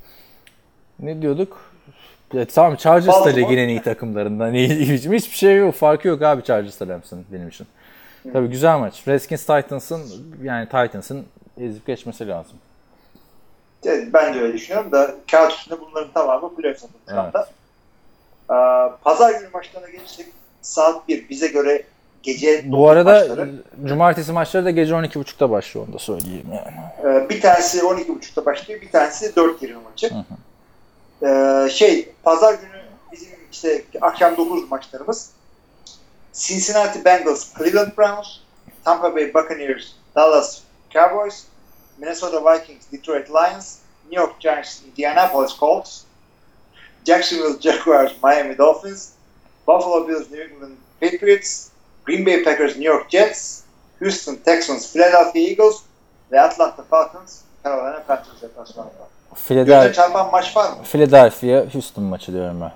Ne diyorduk? Tamam Chargers da ligin en iyi takımlarından. Hiçbir şey yok. Farkı yok abi Chargers'la Rams'ın benim için. Tabii güzel maç. Redskins Titans'ın ezip geçmesi lazım. Evet, ben de öyle düşünüyorum da kağıt üstünde bunların tamamı playoff takımlarında. Evet. Pazar günü maçlarına gelirsek saat 1 bize göre gece bu arada maçları. Cumartesi maçları da gece 12.30'da başlıyor onu da söyleyeyim yani. Bir tanesi 12.30'da başlıyor, bir tanesi 4.20 maçı. Pazar günü bizim işte akşam 9 maçlarımız. Cincinnati Bengals, Cleveland Browns, Tampa Bay Buccaneers, Dallas Cowboys, Minnesota Vikings, Detroit Lions, New York Giants, Indianapolis Colts, Jacksonville Jaguars, Miami Dolphins, Buffalo Bills, New England Patriots, Green Bay Packers, New York Jets, Houston Texans, Philadelphia Eagles ve Atlanta Falcons, Carolina Panthers deplasmanında. Gözüne çarpan maç var mı? Philadelphia Houston maçı diyorum ben.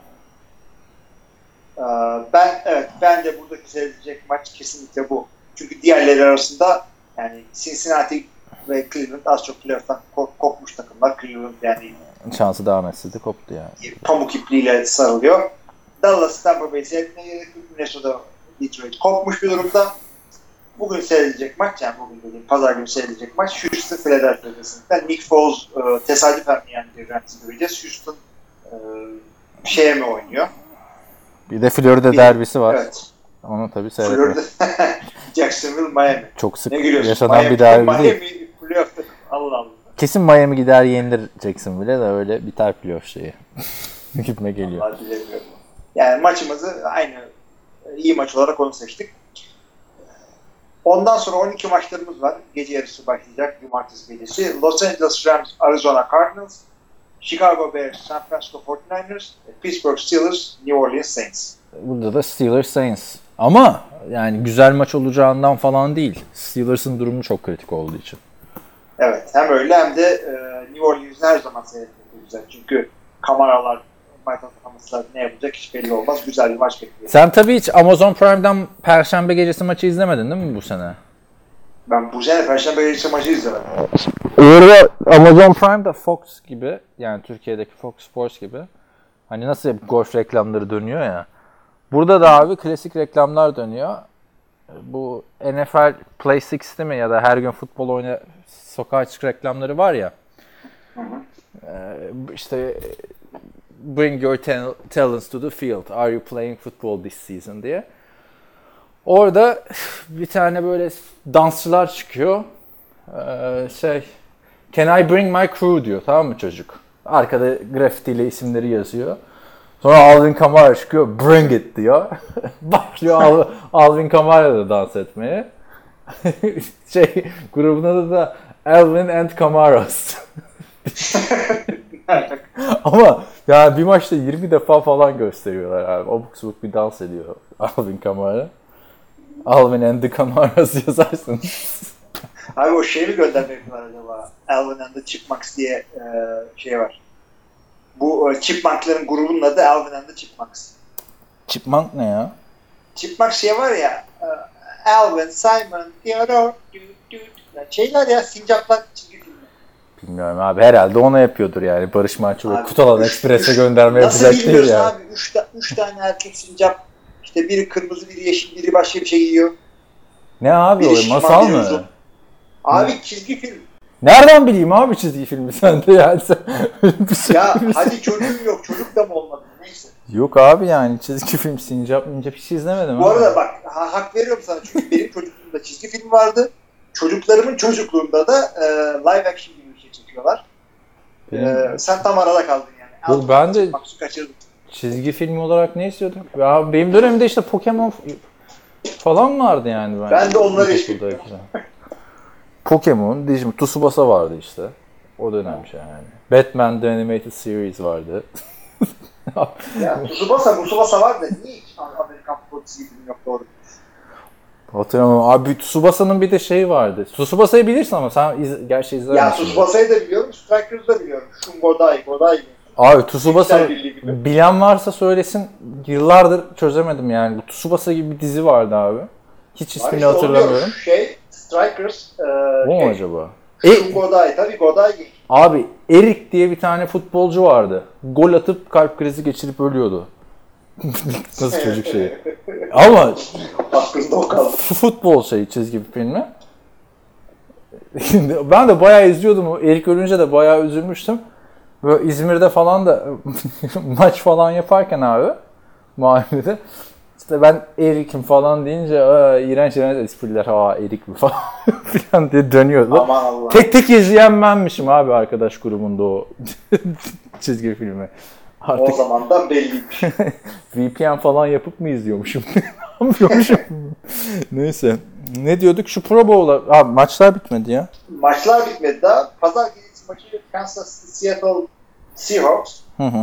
Ben de buradaki seyredecek maç kesinlikle bu. Çünkü diğerleri arasında yani Cincinnati ve Cleveland az çok playoff'tan kopmuş takımlar. Cleveland yani şansı devam etseydi koptu yani. Pamuk ipliğiyle sarılıyor. Dallas, Tampa Bay seyretmeye gerek yok. Minnesota, Detroit kopmuş bir durumda. Bugün seyredilecek maç, yani bugün dediğim pazar günü seyredilecek maç Houston Philadelphia arasında. Nick Foles tesadüfen yani bir Rams'i göreceğiz. Houston şeye mi oynuyor? Bir de Florida derbisi var. Evet. Onu tabii seyretmek. Jacksonville, Miami. Çok sık yaşanan bir derbi değil. Kesin Miami gider yenilir Jacksonville'e de öyle biter playoff şeyi. Gitme geliyor. Vallahi bilemiyorum. Yani maçımızı aynı iyi maç olarak onu seçtik. Ondan sonra 12 maçlarımız var. Gece yarısı başlayacak. Cumartesi gecesi. Los Angeles Rams, Arizona Cardinals, Chicago Bears, San Francisco 49ers, Pittsburgh Steelers, New Orleans Saints. Burada da Steelers Saints. Ama yani güzel maç olacağından falan değil. Steelers'ın durumu çok kritik olduğu için. Evet. Hem öyle hem de New Orleans'ı her zaman seyretmek güzel. Çünkü kameralar, Michael Thomas'lar ne yapacak hiç belli olmaz. Güzel bir maç bekliyor. Sen tabii hiç Amazon Prime'dan Perşembe gecesi maçı izlemedin değil mi bu sene? Ben bu sene Perşembe gecesi maçı izlemedim. Orada Amazon Prime'da Fox gibi, yani Türkiye'deki Fox Sports gibi, hani nasıl golf reklamları dönüyor ya. Burada da abi klasik reklamlar dönüyor. Bu NFL Play 60 mi ya da her gün futbol oyna sokağa çık reklamları var ya. İşte bring your talents to the field. Are you playing football this season diye. Orada bir tane böyle dansçılar çıkıyor. Can I bring my crew diyor, tamam mı çocuk? Arkada grafitiyle isimleri yazıyor. Sonra Alvin Kamara çıkıyor, bring it diyor. Başlıyor Alvin Kamara da dans etmeye. Grubun adı da Alvin and Kamaras. Ama yani bir maçta 20 defa falan gösteriyorlar abi. Abuk subuk bir dans ediyor Alvin Kamara. Alvin and the Kamaras yazarsınız. Abi o şeyi mi göndermek var acaba? Alvin and the Chipmunks diye şey var. Bu Chipmunk'ların grubunun adı Alvin and the Chipmunks. Chipmunk ne ya? Chipmunk şey var ya, Alvin, Simon, Theodore, şeyler ya, sincaplar çizgi filmi. Bilmiyorum abi, herhalde onu yapıyordur yani. Barış Manço'yu Kutalan Express'e gönderme yapacak değil nasıl bilmiyorsun yani. abi? Üç tane erkek sincap, işte biri kırmızı, biri yeşil, biri başka bir şey giyiyor. Ne abi o? Masal mı? Abi çizgi film. Nereden bileyim abi çizgi filmi sende yani? Ya hadi çocuğum yok, çocuk da mı olmadı? Neyse. Yok abi yani çizgi film, sincap hiç izlemedim. Bu arada bak hak veriyorum sana çünkü benim çocukluğumda çizgi film vardı. Çocuklarımın çocukluğunda da live action gibi bir şey çekiyorlar. Sen tam arada kaldın yani. Yok, ben de kaçırdım. çizgi film olarak ne istiyordum? Ya benim dönemimde işte Pokemon falan vardı yani. Ben de onları istiyordum. Pokemon, Digimon, Tsubasa vardı işte. O dönem şey yani. Batman The Animated Series vardı. Ya Tsubasa var da niye hiç Amerikan futbol çizgi film yok doğru? Hatırlamam. Abi Tsubasa'nın bir de şeyi vardı. Tsubasa'yı bilirsin ama sen gerçi izlemedin. Ya Tsubasa'yı da biliyorum, Strikers'ı da biliyorum. Shun Godai. Abi Tsubasa bilen varsa söylesin. Yıllardır çözemedim yani. Bu Tsubasa gibi bir dizi vardı abi. Hiç ismini hatırlamıyorum. Strikers. O mu acaba? Shun Godai. Tabii Godai. Abi Erik diye bir tane futbolcu vardı. Gol atıp kalp krizi geçirip ölüyordu. Nasıl çocuk şeyi. Ama futbol şeyi, çizgi bir filmi. Ben de bayağı izliyordum. Erik ölünce de bayağı üzülmüştüm. Böyle İzmir'de falan da maç falan yaparken abi mahallede işte ben Erik'im falan deyince iğrenç espriler, Erik mi falan diye dönüyordu. Aman Allah. Tek izleyen benmişim abi arkadaş grubunda o çizgi filmi. Artık o zamandan belliymiş. VPN falan yapıp mı izliyormuşum? Ne yapıyormuşum? Neyse. Ne diyorduk? Şu Pro Bowl'a... Abi maçlar bitmedi ya. Maçlar bitmedi daha. Pazar gecesi maçı Kansas City Seattle Seahawks.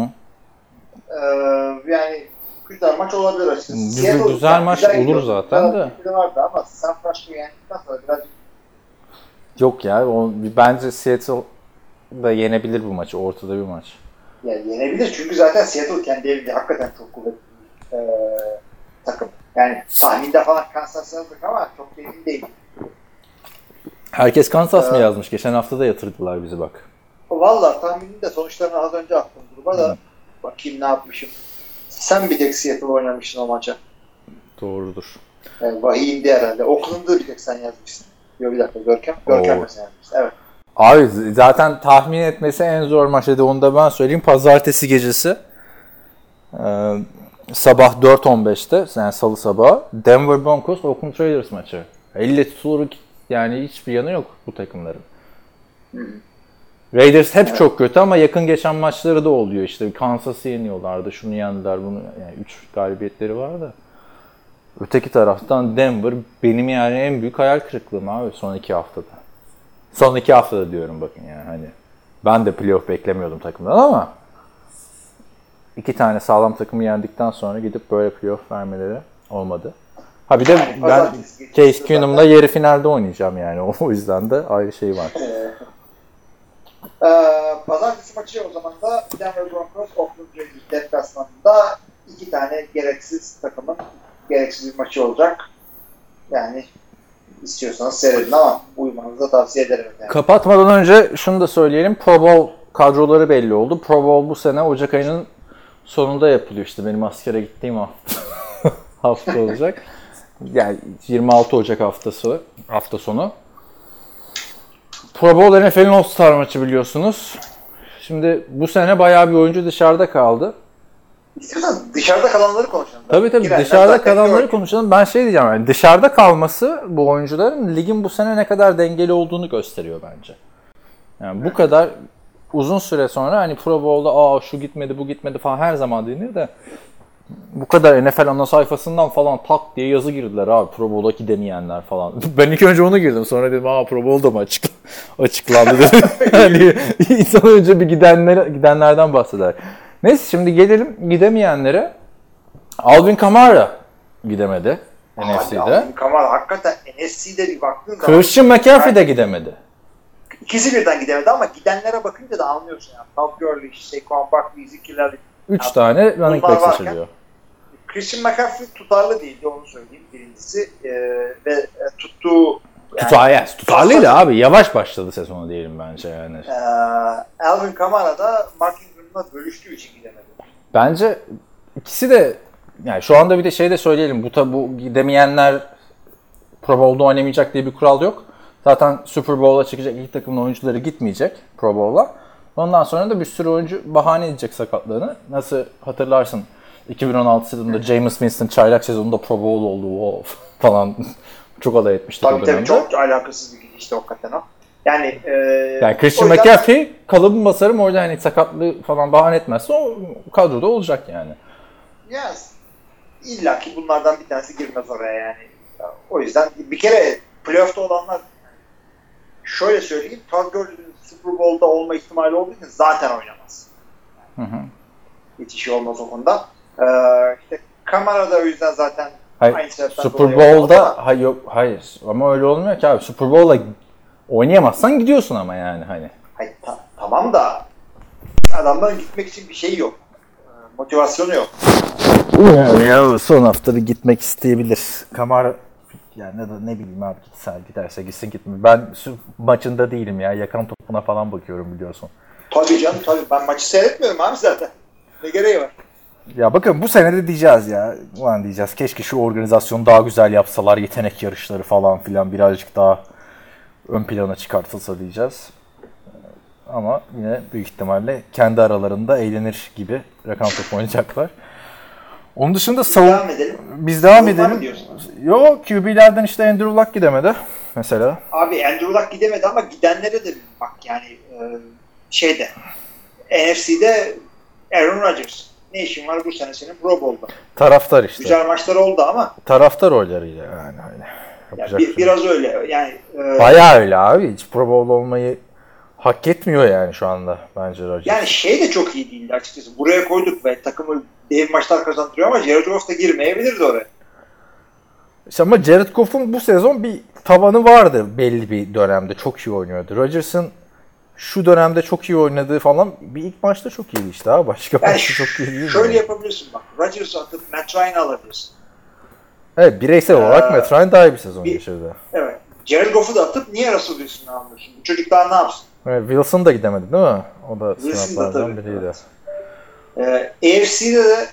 Yani güzel maç olabilir açıkçası. Güzel maç olur zaten de. Vardı ama San Francisco yendikten sonra birazcık... Yok ya. Bence Seattle da yenebilir bu maçı. Ortada bir maç. Yani yenebilir çünkü zaten Seattle kendi evinde hakikaten çok kuvvetli takım. Yani tahminde falan Kansas aldık ama çok emin değil. Herkes Kansas mı yazmış? Geçen hafta da yatırdılar bizi bak. Valla tahminin de sonuçlarını az önce attım gruba da bakayım ne yapmışım. Sen bir tek Seattle oynamışsın o maça. Doğrudur. Yani vahiy indi herhalde. Oakland'ı bir tek sen yazmışsın. Yok bir dakika Görkem de sen yazmışsın. Evet. Abi zaten tahmin etmesi en zor maç dedi. Onu da ben söyleyeyim. Pazartesi gecesi sabah 4.15'te yani salı sabahı Denver Broncos Oakland Raiders maçı. Elle tutulur yani hiçbir yanı yok bu takımların. Raiders hep çok kötü ama yakın geçen maçları da oluyor. İşte Kansas'ı yeniyorlardı, şunu yendiler, bunu yani 3 galibiyetleri var da. Öteki taraftan Denver benim yani en büyük hayal kırıklığım abi son 2 haftada. Son 2 haftada diyorum bakın yani hani. Ben de playoff beklemiyordum takımdan ama 2 tane sağlam takımı yendikten sonra gidip böyle playoff vermeleri olmadı. Ha bir de ben Case Keenum'la yarı finalde oynayacağım yani. O yüzden de ayrı şey var. Pazartesi maçı o zaman da Denver Broncos Oakland Raiders deplasmanında 2 tane gereksiz takımın gereksiz bir maçı olacak. Yani istiyorsanız seyredin ama uyumanızı da tavsiye ederim. Yani. Kapatmadan önce şunu da söyleyelim. Pro Bowl kadroları belli oldu. Pro Bowl bu sene Ocak ayının sonunda yapılıyor. İşte benim askere gittiğim hafta olacak. Yani 26 Ocak hafta sonu. Pro Bowl NFL'in All-Star maçı biliyorsunuz. Şimdi bu sene bayağı bir oyuncu dışarıda kaldı. İstiyorsan dışarıda kalanları konuşalım. Tabii dışarıda kalanları konuşalım. Ben şey diyeceğim yani dışarıda kalması bu oyuncuların ligin bu sene ne kadar dengeli olduğunu gösteriyor bence. Yani bu kadar uzun süre sonra hani Pro Bowl'da şu gitmedi bu gitmedi falan her zaman denir de bu kadar NFL ana sayfasından falan tak diye yazı girdiler abi Pro Bowl'a gidemeyenler falan. Ben ilk önce onu girdim sonra dedim Pro Bowl'da mı açıklandı dedim. Yani insan önce bir gidenlerden bahseder. Neyse şimdi gelelim gidemeyenlere. Alvin Kamara gidemedi NFC'de. Alvin Kamara hakikaten NFC'de bir baktığın zaman. Christian McCaffrey de gidemedi. İkisi birden gidemedi ama gidenlere bakınca da anlıyorsun yani. Todd Gurley, Saquon Barkley, Ezekiel Elliott. 3 tane running back seçiliyor. Christian McCaffrey tutarlı değildi onu söyleyeyim birincisi. Ve tuttuğu tutarlıydı abi. Yavaş başladı sezonu diyelim bence yani. Alvin Kamara da Mark Ingram'la bölüştüğü için gidemedi. Bence ikisi de yani şu anda bir de şey de söyleyelim. Bu gidemeyenler Pro Bowl'da oynamayacak diye bir kural yok. Zaten Super Bowl'a çıkacak ilk takımın oyuncuları gitmeyecek Pro Bowl'a. Ondan sonra da bir sürü oyuncu bahane edecek sakatlığını. Nasıl hatırlarsın 2016 sezonunda Jameis Winston çaylak sezonunda Pro Bowl oldu falan çok alay etmiştik o dönemde. Tabii çok alakasız bir gidiş işte hakikaten o. Yani Christian McCaffrey kalıbın basarım orada hani sakatlığı falan bahane etmezse o kadroda olacak yani. Yes. İlla ki bunlardan bir tanesi girmez oraya yani. O yüzden bir kere playoff'ta olanlar şöyle söyleyeyim Todd Gurley'nin Super Bowl'da olma ihtimali olduğu için zaten oynamaz. Yetişi olmaz o konuda. İşte Kamara da o yüzden zaten aynı sebepten Super Bowl'da hayır ama öyle olmuyor ki abi. Super Bowl'da oynayamazsan gidiyorsun ama yani hani. Hayır, tamam da adamların gitmek için bir şey yok. Motivasyonu yok. Yani ya son hafta bir gitmek isteyebilir. Kamara yani ne bileyim abi giderse gitsin gitme. Ben maçında değilim ya. Yakan topuna falan bakıyorum biliyorsun. Tabii canım tabii. Ben maçı seyretmiyorum abi zaten. Ne gereği var? Ya bakın bu sene de diyeceğiz ya. Ulan diyeceğiz. Keşke şu organizasyonu daha güzel yapsalar. Yetenek yarışları falan filan birazcık daha ön plana çıkartılsa diyeceğiz. Ama yine büyük ihtimalle kendi aralarında eğlenir gibi rakam top oynayacaklar. Onun dışında biz devam edelim. Yok QB'lerden işte Andrew Luck gidemedi mesela. Abi Andrew Luck gidemedi ama gidenlere de bak yani NFC'de Aaron Rodgers. Ne işin var bu sene senin Pro Bowl'da? Taraftar işte. Güzel maçlar oldu ama. Taraftar oylarıyla yani. Biraz öyle yani. Bayağı öyle abi. Hiç Pro Bowl olmayı hak etmiyor yani şu anda bence Rodgers. Yani de çok iyi değildi açıkçası. Buraya koyduk ve takımı dev maçlar kazandırıyor ama Jared Goff da girmeyebilirdi oraya. İşte ama Jared Goff'un bu sezon bir tavanı vardı belli bir dönemde. Çok iyi oynuyordu. Rodgers'ın şu dönemde çok iyi oynadığı falan bir ilk maçta çok iyiydi işte abi. Başka maçta çok iyi değil. Şöyle yapabilirsin bak. Rodgers'ı atıp Matt Ryan'ı alabilirsin. Evet bireysel olarak Matt Ryan daha iyi bir sezon geçirdi. Evet. Jared Goff'u da atıp niye Russell Wilson'ı almıyorsun? Bu çocuk daha ne yapsın? Evet, Wilson da gidemedi değil mi? O da sınavlardan biriydi. AFC'de de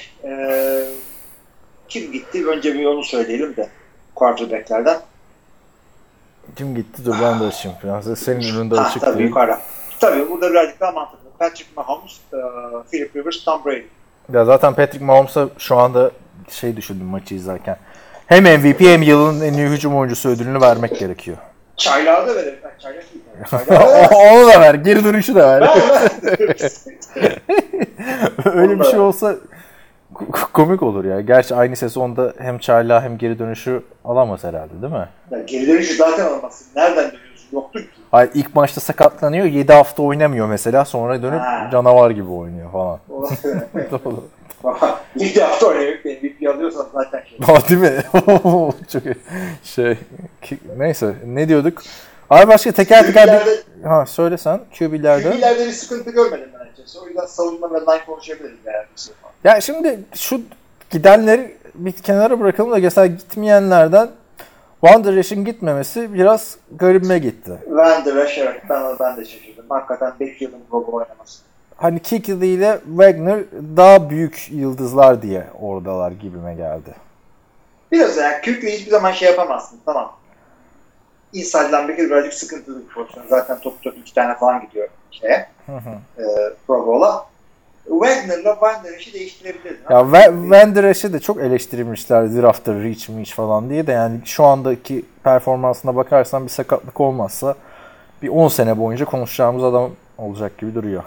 kim gitti? Önce bir onu söyleyelim de quarterback'lerden. Kim gitti? Dur ben de açayım. Senin önünde açık tabii değil. Yukarıda. Tabii burada birazcık daha mantıklı. Patrick Mahomes, Philip Rivers, Tom Brady. Ya zaten Patrick Mahomes'a şu anda düşündüm maçı izlerken. Hem MVP hem yılın en iyi hücum oyuncusu ödülünü vermek gerekiyor. Çaylağı da verelim. Çaylak değil. Çaylağı Onu da ver. Geri dönüşü de ver. ver. Öyle bir şey olsa komik olur ya. Gerçi aynı sezonda hem çaylağı hem geri dönüşü alamaz herhalde değil mi? Ya geri dönüşü zaten alamazsın. Nereden dönüyorsun? Yoktu ki. Hayır, ilk maçta sakatlanıyor. 7 hafta oynamıyor mesela. Sonra dönüp canavar gibi oynuyor falan. Doğru. 7 hafta oynayıp MVP alıyorsan zaten şey. Değil mi? Çok neyse ne diyorduk? Abi başka teker söyle sen. QB'lerde bir sıkıntı görmedim ben açıkçası. O yüzden savunma ve line konuşabiliriz yani. Ya şimdi şu gidenleri bir kenara bırakalım da mesela gitmeyenlerden Van Der Esch'in gitmemesi biraz garibime gitti. Van Der Esch evet ben de şaşırdım. Hakikaten bekliyordum Robo oynamasını. Hani Kuechly ile Wagner daha büyük yıldızlar diye oradalar gibime geldi. Biraz yani Kuechly hiçbir zaman şey yapamazsın. Tamam. Inside linebacker birazcık sıkıntılı bir pozisyon. Zaten top 2 tane falan gidiyor şeye. Pro Bowl'a. Wagner'la Van Der Esch'i değiştirebiliriz. Ya Van Der Esch'e de çok eleştirmişler draft'ta reach falan diye de yani şu andaki performansına bakarsan bir sakatlık olmazsa bir 10 sene boyunca konuşacağımız adam olacak gibi duruyor.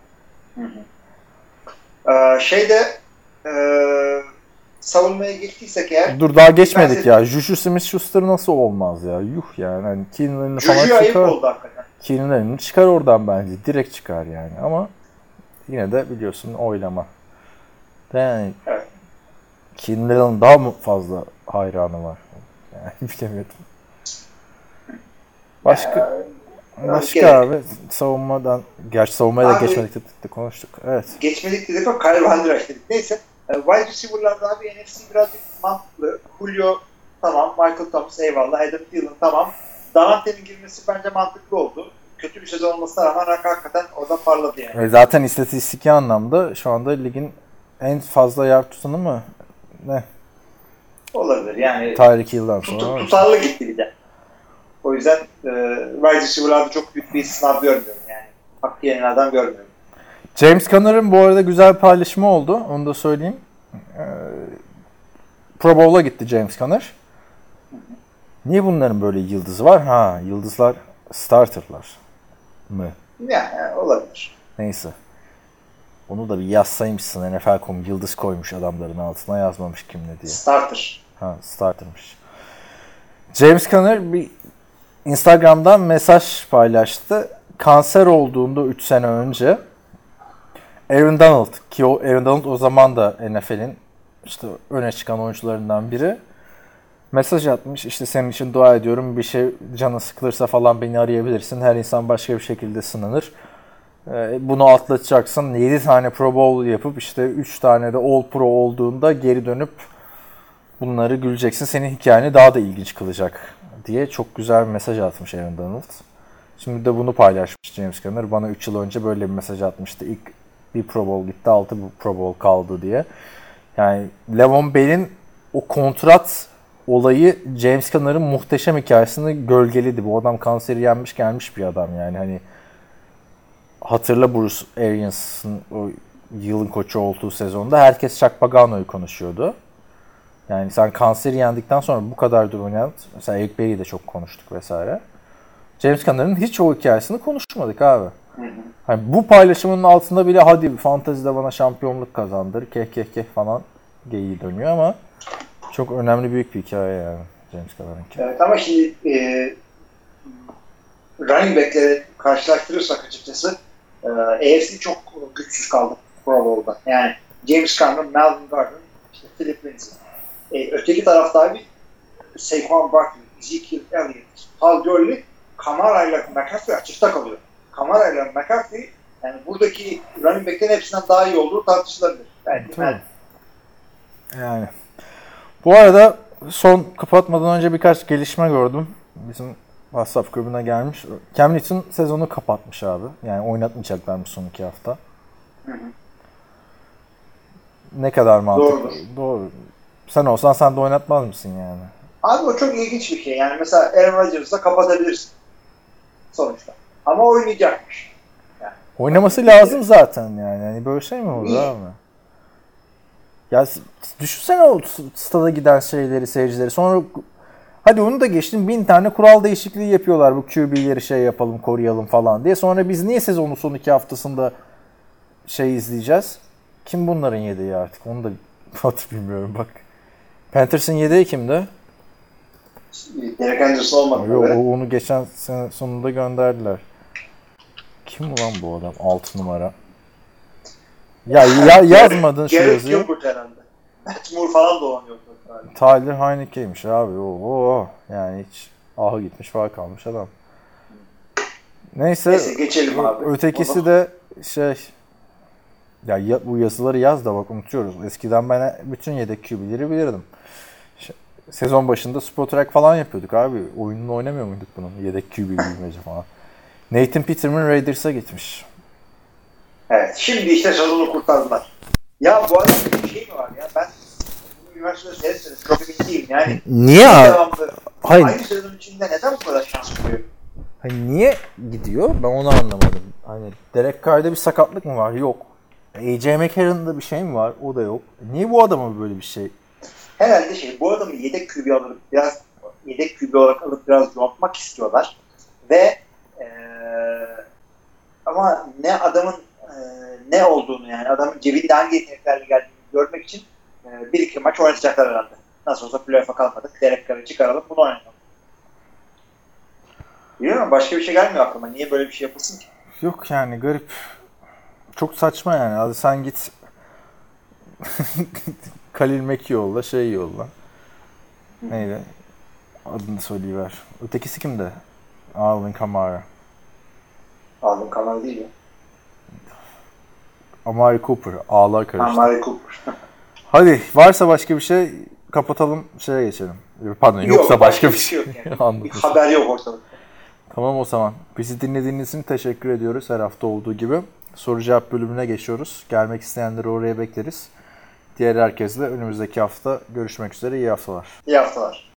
Savunmaya geçtiysek eğer. Dur daha geçmedik ya. Juju Smith-Schuster nasıl olmaz ya? Yuh yani. Hani Keenan'ını falan çıkar. Oldu hakikaten. Keenan'ını çıkar oradan bence. Direkt çıkar yani. Ama yine de biliyorsun oylama. Yani evet. Keenan'ın daha mı fazla hayranı var? Yani bilemiyorum. Başka abi savunmadan, gerçi savunmaya da geçmedik de konuştuk. Evet. Geçmedik dedik ama Kyle Van Der Esch dedik. Neyse. Wide receiver'larda abi NFC birazcık mantıklı. Julio tamam. Michael Thomas eyvallah. Adam Thielen tamam. Davante'nin girmesi bence mantıklı oldu. Kötü bir sezon olmasına rağmen hakikaten orada parladı yani. Zaten istatistiki anlamda şu anda ligin en fazla yard tutanı mı? Ne? Olabilir yani. Tyreek Hill'den sonra. Tutarlı gitti bir de. O yüzden wide receiver'larda çok büyük bir sınav görmüyorum yani. Hakkı yenen adam görmüyorum. James Conner'ın bu arada güzel bir paylaşımı oldu. Onu da söyleyeyim. Pro Bowl'a gitti James Conner. Niye bunların böyle yıldızı var? Yıldızlar starterlar mı? Yani olabilir. Neyse. Onu da bir yazsaymışsın. NFL.com yıldız koymuş adamların altına, yazmamış kim ne diye. Starter. Startermış. James Conner bir Instagram'dan mesaj paylaştı. Kanser olduğunda 3 sene önce Aaron Donald, ki Aaron Donald o zaman da NFL'in işte öne çıkan oyuncularından biri, mesaj atmış. İşte senin için dua ediyorum. Bir şey canın sıkılırsa falan beni arayabilirsin. Her insan başka bir şekilde sınanır. Bunu atlatacaksın. 7 tane Pro Bowl yapıp işte 3 tane de All Pro olduğunda geri dönüp bunları güleceksin. Senin hikayeni daha da ilginç kılacak diye çok güzel bir mesaj atmış Aaron Donald. Şimdi de bunu paylaşmış James Conner. Bana 3 yıl önce böyle bir mesaj atmıştı. İlk bir Pro Bowl gitti, 6 Pro Bowl kaldı diye. Yani Le'Veon Bell'in o kontrat olayı James Conner'ın muhteşem hikayesini gölgeledi. Bu adam kanseri yenmiş gelmiş bir adam yani. Hani hatırla Bruce Arians'ın o yılın koçu olduğu sezonda herkes Chuck Pagano'yu konuşuyordu. Yani sen kanseri yendikten sonra bu kadar oynayan, mesela Eric Berry'i de çok konuştuk vesaire. James Conner'ın hiç o hikayesini konuşmadık abi. Hani bu paylaşımın altında bile hadi fantezide bana şampiyonluk kazandır, keh falan geyiği dönüyor ama çok önemli büyük bir hikaye yani James Conner'ınki. Evet ama şimdi running back'leri karşılaştırırsak açıkçası AFC çok güçsüz kaldı Pro Bowl'da. Yani James Conner, Melvin Gordon, işte Philip Lindsay. Öteki tarafta abi Saquon Barkley, Ezekiel Elliott, Paul Gurley, Kamara ile McCaffrey açıkta kalıyor. Kamara ile McCaffrey yani buradaki running back'lerin hepsinden daha iyi olduğu tartışılabilir. Yani. Bu arada son kapatmadan önce birkaç gelişme gördüm. Bizim WhatsApp grubuna gelmiş. Cam Newton sezonu kapatmış abi. Yani oynatmayacaklarmış son 2 hafta. Ne kadar mantıklı. Doğru. Sen olsan sen de oynatmaz mısın yani? Abi o çok ilginç bir şey. Yani mesela Aaron Rodgers'la kapatabilirsin sonuçta. Ama oynayacakmış. Yani. Oynaması lazım zaten yani. Yani böyle şey mi olur abi? Ya düşünsene o stada giden seyircileri. Sonra Hadi onu da geçtim. 1000 tane kural değişikliği yapıyorlar bu QB'leri şey yapalım, koruyalım falan diye. Sonra biz niye sezonun son 2 haftasında şey izleyeceğiz? Kim bunların yedeği artık? Onu da bilmiyorum bak. Panthers'ın yedeği kimdi? Derek Anderson olmadı. Yok, onu geçen sene sonunda gönderdiler. Kim ulan bu adam? 6 numara. Ya yazmadın şu Garrett yazıyı. Gilbert herhalde. Matt Moore falan dolanıyor. Tyler Heineke'ymiş abi. Oo. Yani hiç ahı gitmiş falan kalmış adam. Neyse geçelim abi. Ötekisi Onu... de şey bu yazıları yaz da bak unutuyoruz. Eskiden ben bütün yedek QB'leri bilirdim. Sezon başında Spotrack falan yapıyorduk abi. Oyununu oynamıyor muyduk bunun? Yedek QB bilmece falan. Nathan Peterman Raiders'a gitmiş. Evet. Şimdi işte sezonu kurtardılar. Ya bu arada bir şey mi var ya? Ben bunu üniversitede seyretmedim. Çok emin değilim. Yani niye abi? Hayır. Aynı sezon içinde neden bu kadar şans buluyor? Hani niye gidiyor? Ben onu anlamadım. Hani Derek Carr'da bir sakatlık mı var? Yok. AJ McCarron'da bir şey mi var? O da yok. Niye bu adama böyle bir şey? Herhalde bu adamı yedek QB olarak alıp biraz yontmak istiyorlar. Ve ama ne adamın ne olduğunu yani adamın cebinde hangi yeteneklerle geldiğini görmek için bir iki maç oynatacaklar herhalde. Nasıl olsa playoff'a kalmadık. Derek Carr'ı çıkaralım bunu oynayalım. Bilmiyorum başka bir şey gelmiyor aklıma. Niye böyle bir şey yapılsın ki? Yok yani garip. Çok saçma yani. Hadi sen git Khalil Mack'i yolla, yolla. Neydi? Adını söyleyiver. Ötekisi kimdi? Alvin Kamara. Alvin Kamara değil ya. Amari Cooper. Ağlar karıştı. Amari Cooper. Hadi varsa başka bir şey kapatalım geçelim. Pardon yoksa başka bir şey. Yok yani. Bir haber yok ortalıkta. Tamam o zaman. Bizi dinlediğiniz için teşekkür ediyoruz her hafta olduğu gibi. Soru cevap bölümüne geçiyoruz. Gelmek isteyenleri oraya bekleriz. Diğer herkesle önümüzdeki hafta görüşmek üzere. İyi haftalar. İyi haftalar.